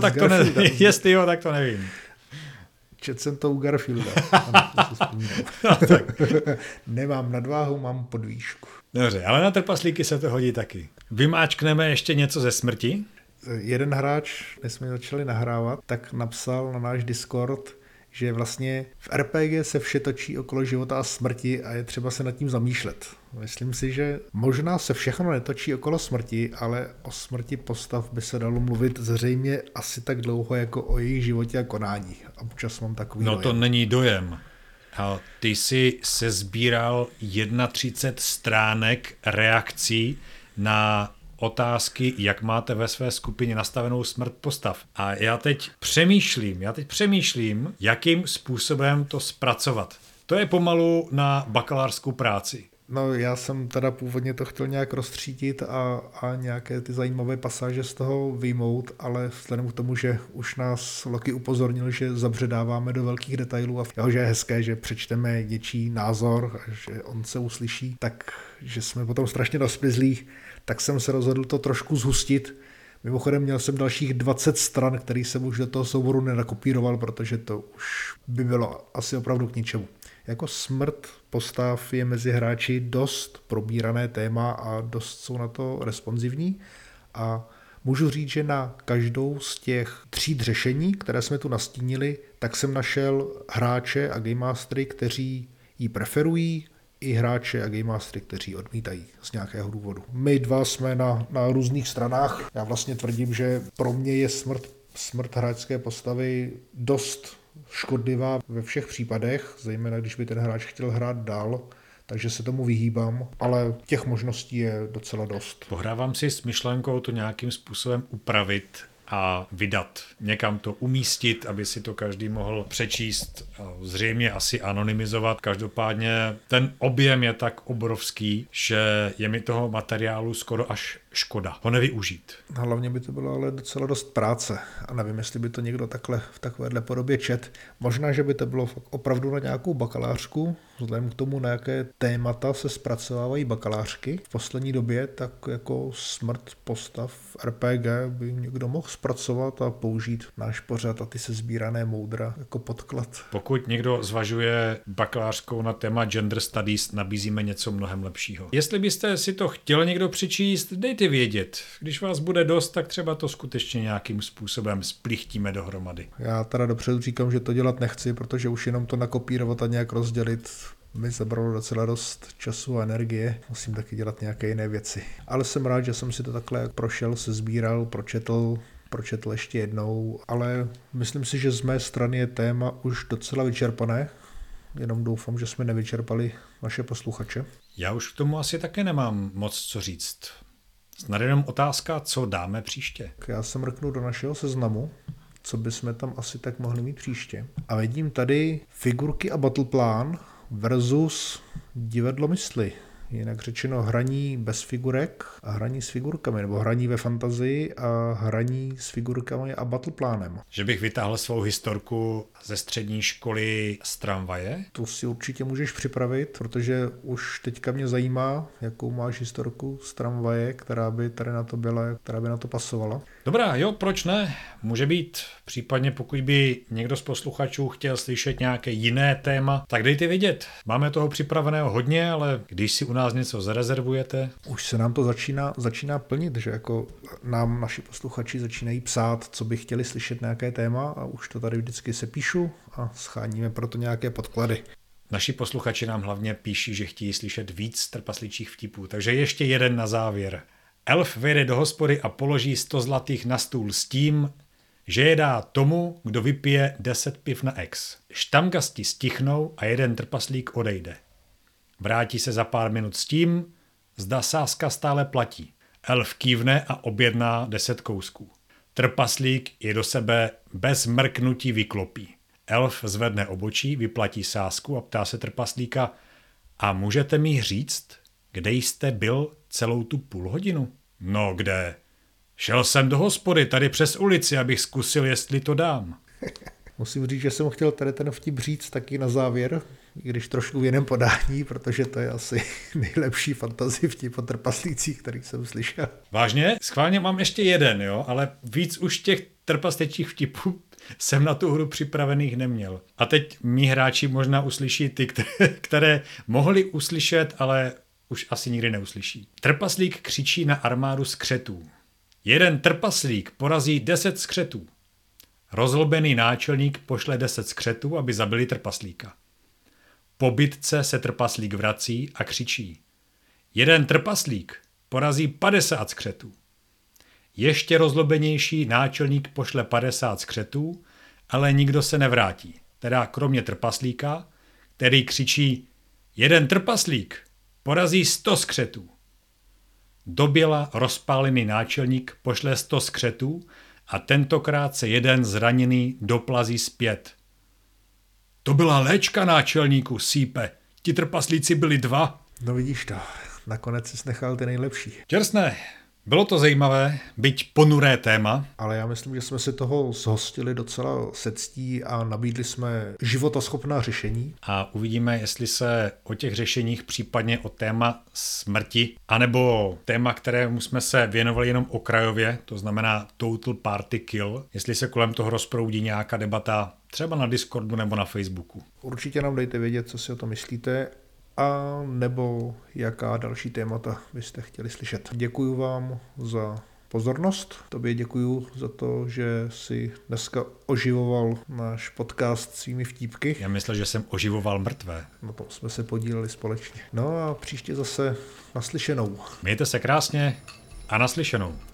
S3: tak to nevím.
S2: Četl jsem to u Garfielda. Nemám nadváhu, mám podvýšku.
S3: Dobře, ale na trpaslíky se to hodí taky. Vymáčkneme ještě něco ze smrti?
S2: Jeden hráč, než jsme začali nahrávat, tak napsal na náš Discord, že vlastně v RPG se vše točí okolo života a smrti a je třeba se nad tím zamýšlet. Myslím si, že možná se všechno netočí okolo smrti, ale o smrti postav by se dalo mluvit zřejmě asi tak dlouho jako o jejich životě a konání. A občas mám takový dojem.
S3: To není dojem. Ty jsi sesbíral 31 stránek reakcí na otázky, jak máte ve své skupině nastavenou smrt postav. A já teď přemýšlím, jakým způsobem to zpracovat. To je pomalu na bakalářskou práci.
S2: No, já jsem teda původně to chtěl nějak rozstřídit a nějaké ty zajímavé pasáže z toho vyjmout, ale vzhledem k tomu, že už nás Loki upozornil, že zabředáváme do velkých detailů a že je hezké, že přečteme něčí názor, že on se uslyší, tak že jsme potom strašně rozplyzlí, tak jsem se rozhodl to trošku zhustit. Mimochodem měl jsem dalších 20 stran, který jsem už do toho souboru nenakopíroval, protože to už by bylo asi opravdu k ničemu. Jako smrt postav je mezi hráči dost probírané téma a dost jsou na to responsivní a můžu říct, že na každou z těch 3 řešení, které jsme tu nastínili, tak jsem našel hráče a game mastery, kteří ji preferují i hráče a game mastery, kteří odmítají z nějakého důvodu. My dva jsme na různých stranách. Já vlastně tvrdím, že pro mě je smrt hráčské postavy dost škodlivá ve všech případech, zejména když by ten hráč chtěl hrát dál, takže se tomu vyhýbám, ale těch možností je docela dost.
S3: Pohrávám si s myšlenkou to nějakým způsobem upravit a vydat. Někam to umístit, aby si to každý mohl přečíst, zřejmě asi anonymizovat. Každopádně ten objem je tak obrovský, že je mi toho materiálu skoro až škoda ho nevyužít.
S2: Hlavně by to bylo ale docela dost práce a nevím, jestli by to někdo takhle v takovéhle podobě čet. Možná, že by to bylo opravdu na nějakou bakalářku, vzhledem k tomu, na jaké témata se zpracovávají bakalářky. V poslední době tak jako smrt postav RPG by někdo mohl zpracovat a použít náš pořad a ty sesbírané moudra jako podklad.
S3: Pokud někdo zvažuje bakalářskou na téma Gender Studies, nabízíme něco mnohem lepšího. Jestli byste si to chtěl někdo přečíst, dejte vědět. Když vás bude dost, tak třeba to skutečně nějakým způsobem splichtíme dohromady.
S2: Já teda dopředu říkám, že to dělat nechci, protože už jenom to nakopírovat a nějak rozdělit mi zabralo docela dost času a energie. Musím taky dělat nějaké jiné věci. Ale jsem rád, že jsem si to takhle prošel, sesbíral, pročetl ještě jednou, ale myslím si, že z mé strany je téma už docela vyčerpané. Jenom doufám, že jsme nevyčerpali naše posluchače.
S3: Já už k tomu asi také nemám moc co říct. Snad jenom otázka, co dáme příště.
S2: Já se mrknu do našeho seznamu, co bychom tam asi tak mohli mít příště. A vidím tady figurky a battleplán versus divadlo mysli. Jinak řečeno hraní bez figurek a hraní s figurkami, nebo hraní ve fantazii a hraní s figurkami a battleplánem.
S3: Že bych vytáhl svou historku ze střední školy z tramvaje?
S2: To si určitě můžeš připravit, protože už teďka mě zajímá, jakou máš historku z tramvaje, která by tady na to byla, která by na to pasovala.
S3: Dobrá, jo, proč ne? Může být. Případně pokud by někdo z posluchačů chtěl slyšet nějaké jiné téma, tak dejte vědět. Máme toho připraveného hodně, ale když si u nás něco zarezervujete.
S2: Už se nám to začíná plnit, že jako nám naši posluchači začínají psát, co by chtěli slyšet nějaké téma a už to tady vždycky sepíšu a scháníme proto nějaké podklady.
S3: Naši posluchači nám hlavně píší, že chtějí slyšet víc trpasličích vtipů, takže ještě jeden na závěr. Elf vejde do hospody a položí 100 zlatých na stůl s tím, že je dá tomu, kdo vypije 10 piv na ex. Štamgasti stichnou a jeden trpaslík odejde. Vrátí se za pár minut s tím, zda sázka stále platí. Elf kývne a objedná 10 kousků. Trpaslík je do sebe bez mrknutí vyklopí. Elf zvedne obočí, vyplatí sázku a ptá se trpaslíka: a můžete mi říct, kde jste byl celou tu půl hodinu? No kde? Šel jsem do hospody tady přes ulici, abych zkusil, jestli to dám.
S2: Musím říct, že jsem chtěl tady ten vtip říct taky na závěr, i když trošku v jiném podání, protože to je asi nejlepší fantasy vtip o trpaslících, který jsem slyšel.
S3: Vážně? Schválně mám ještě jeden, jo, ale víc už těch trpasličích vtipů jsem na tu hru připravených neměl. A teď mí hráči možná uslyší ty, které mohli uslyšet, ale už asi nikdy neuslyší. Trpaslík křičí na armádu skřetů. Jeden trpaslík porazí 10 skřetů. Rozlobený náčelník pošle 10 skřetů, aby zabili trpaslíka. Po bitce se trpaslík vrací a křičí: jeden trpaslík porazí 50 skřetů. Ještě rozlobenější náčelník pošle 50 skřetů, ale nikdo se nevrátí, teda kromě trpaslíka, který křičí: jeden trpaslík porazí 100 skřetů. Doběla rozpálený náčelník pošle 100 skřetů a tentokrát se jeden zraněný doplazí zpět. To byla léčka, náčelníku, sípe. Ti trpaslíci byli 2.
S2: No vidíš to, nakonec jsi nechal ty nejlepší.
S3: Čersné, bylo to zajímavé, byť ponuré téma.
S2: Ale já myslím, že jsme si toho zhostili docela se ctí a nabídli jsme životaschopná řešení.
S3: A uvidíme, jestli se o těch řešeních, případně o téma smrti, anebo téma, kterému jsme se věnovali jenom okrajově, to znamená Total Party Kill, jestli se kolem toho rozproudí nějaká debata, třeba na Discordu nebo na Facebooku.
S2: Určitě nám dejte vědět, co si o tom myslíte, a nebo jaká další témata byste chtěli slyšet. Děkuji vám za pozornost. Tobě děkuju za to, že si dneska oživoval náš podcast svými vtípky.
S3: Já myslel, že jsem oživoval mrtvé.
S2: Na tom jsme se podíleli společně. No a příště zase naslyšenou.
S3: Mějte se krásně a naslyšenou.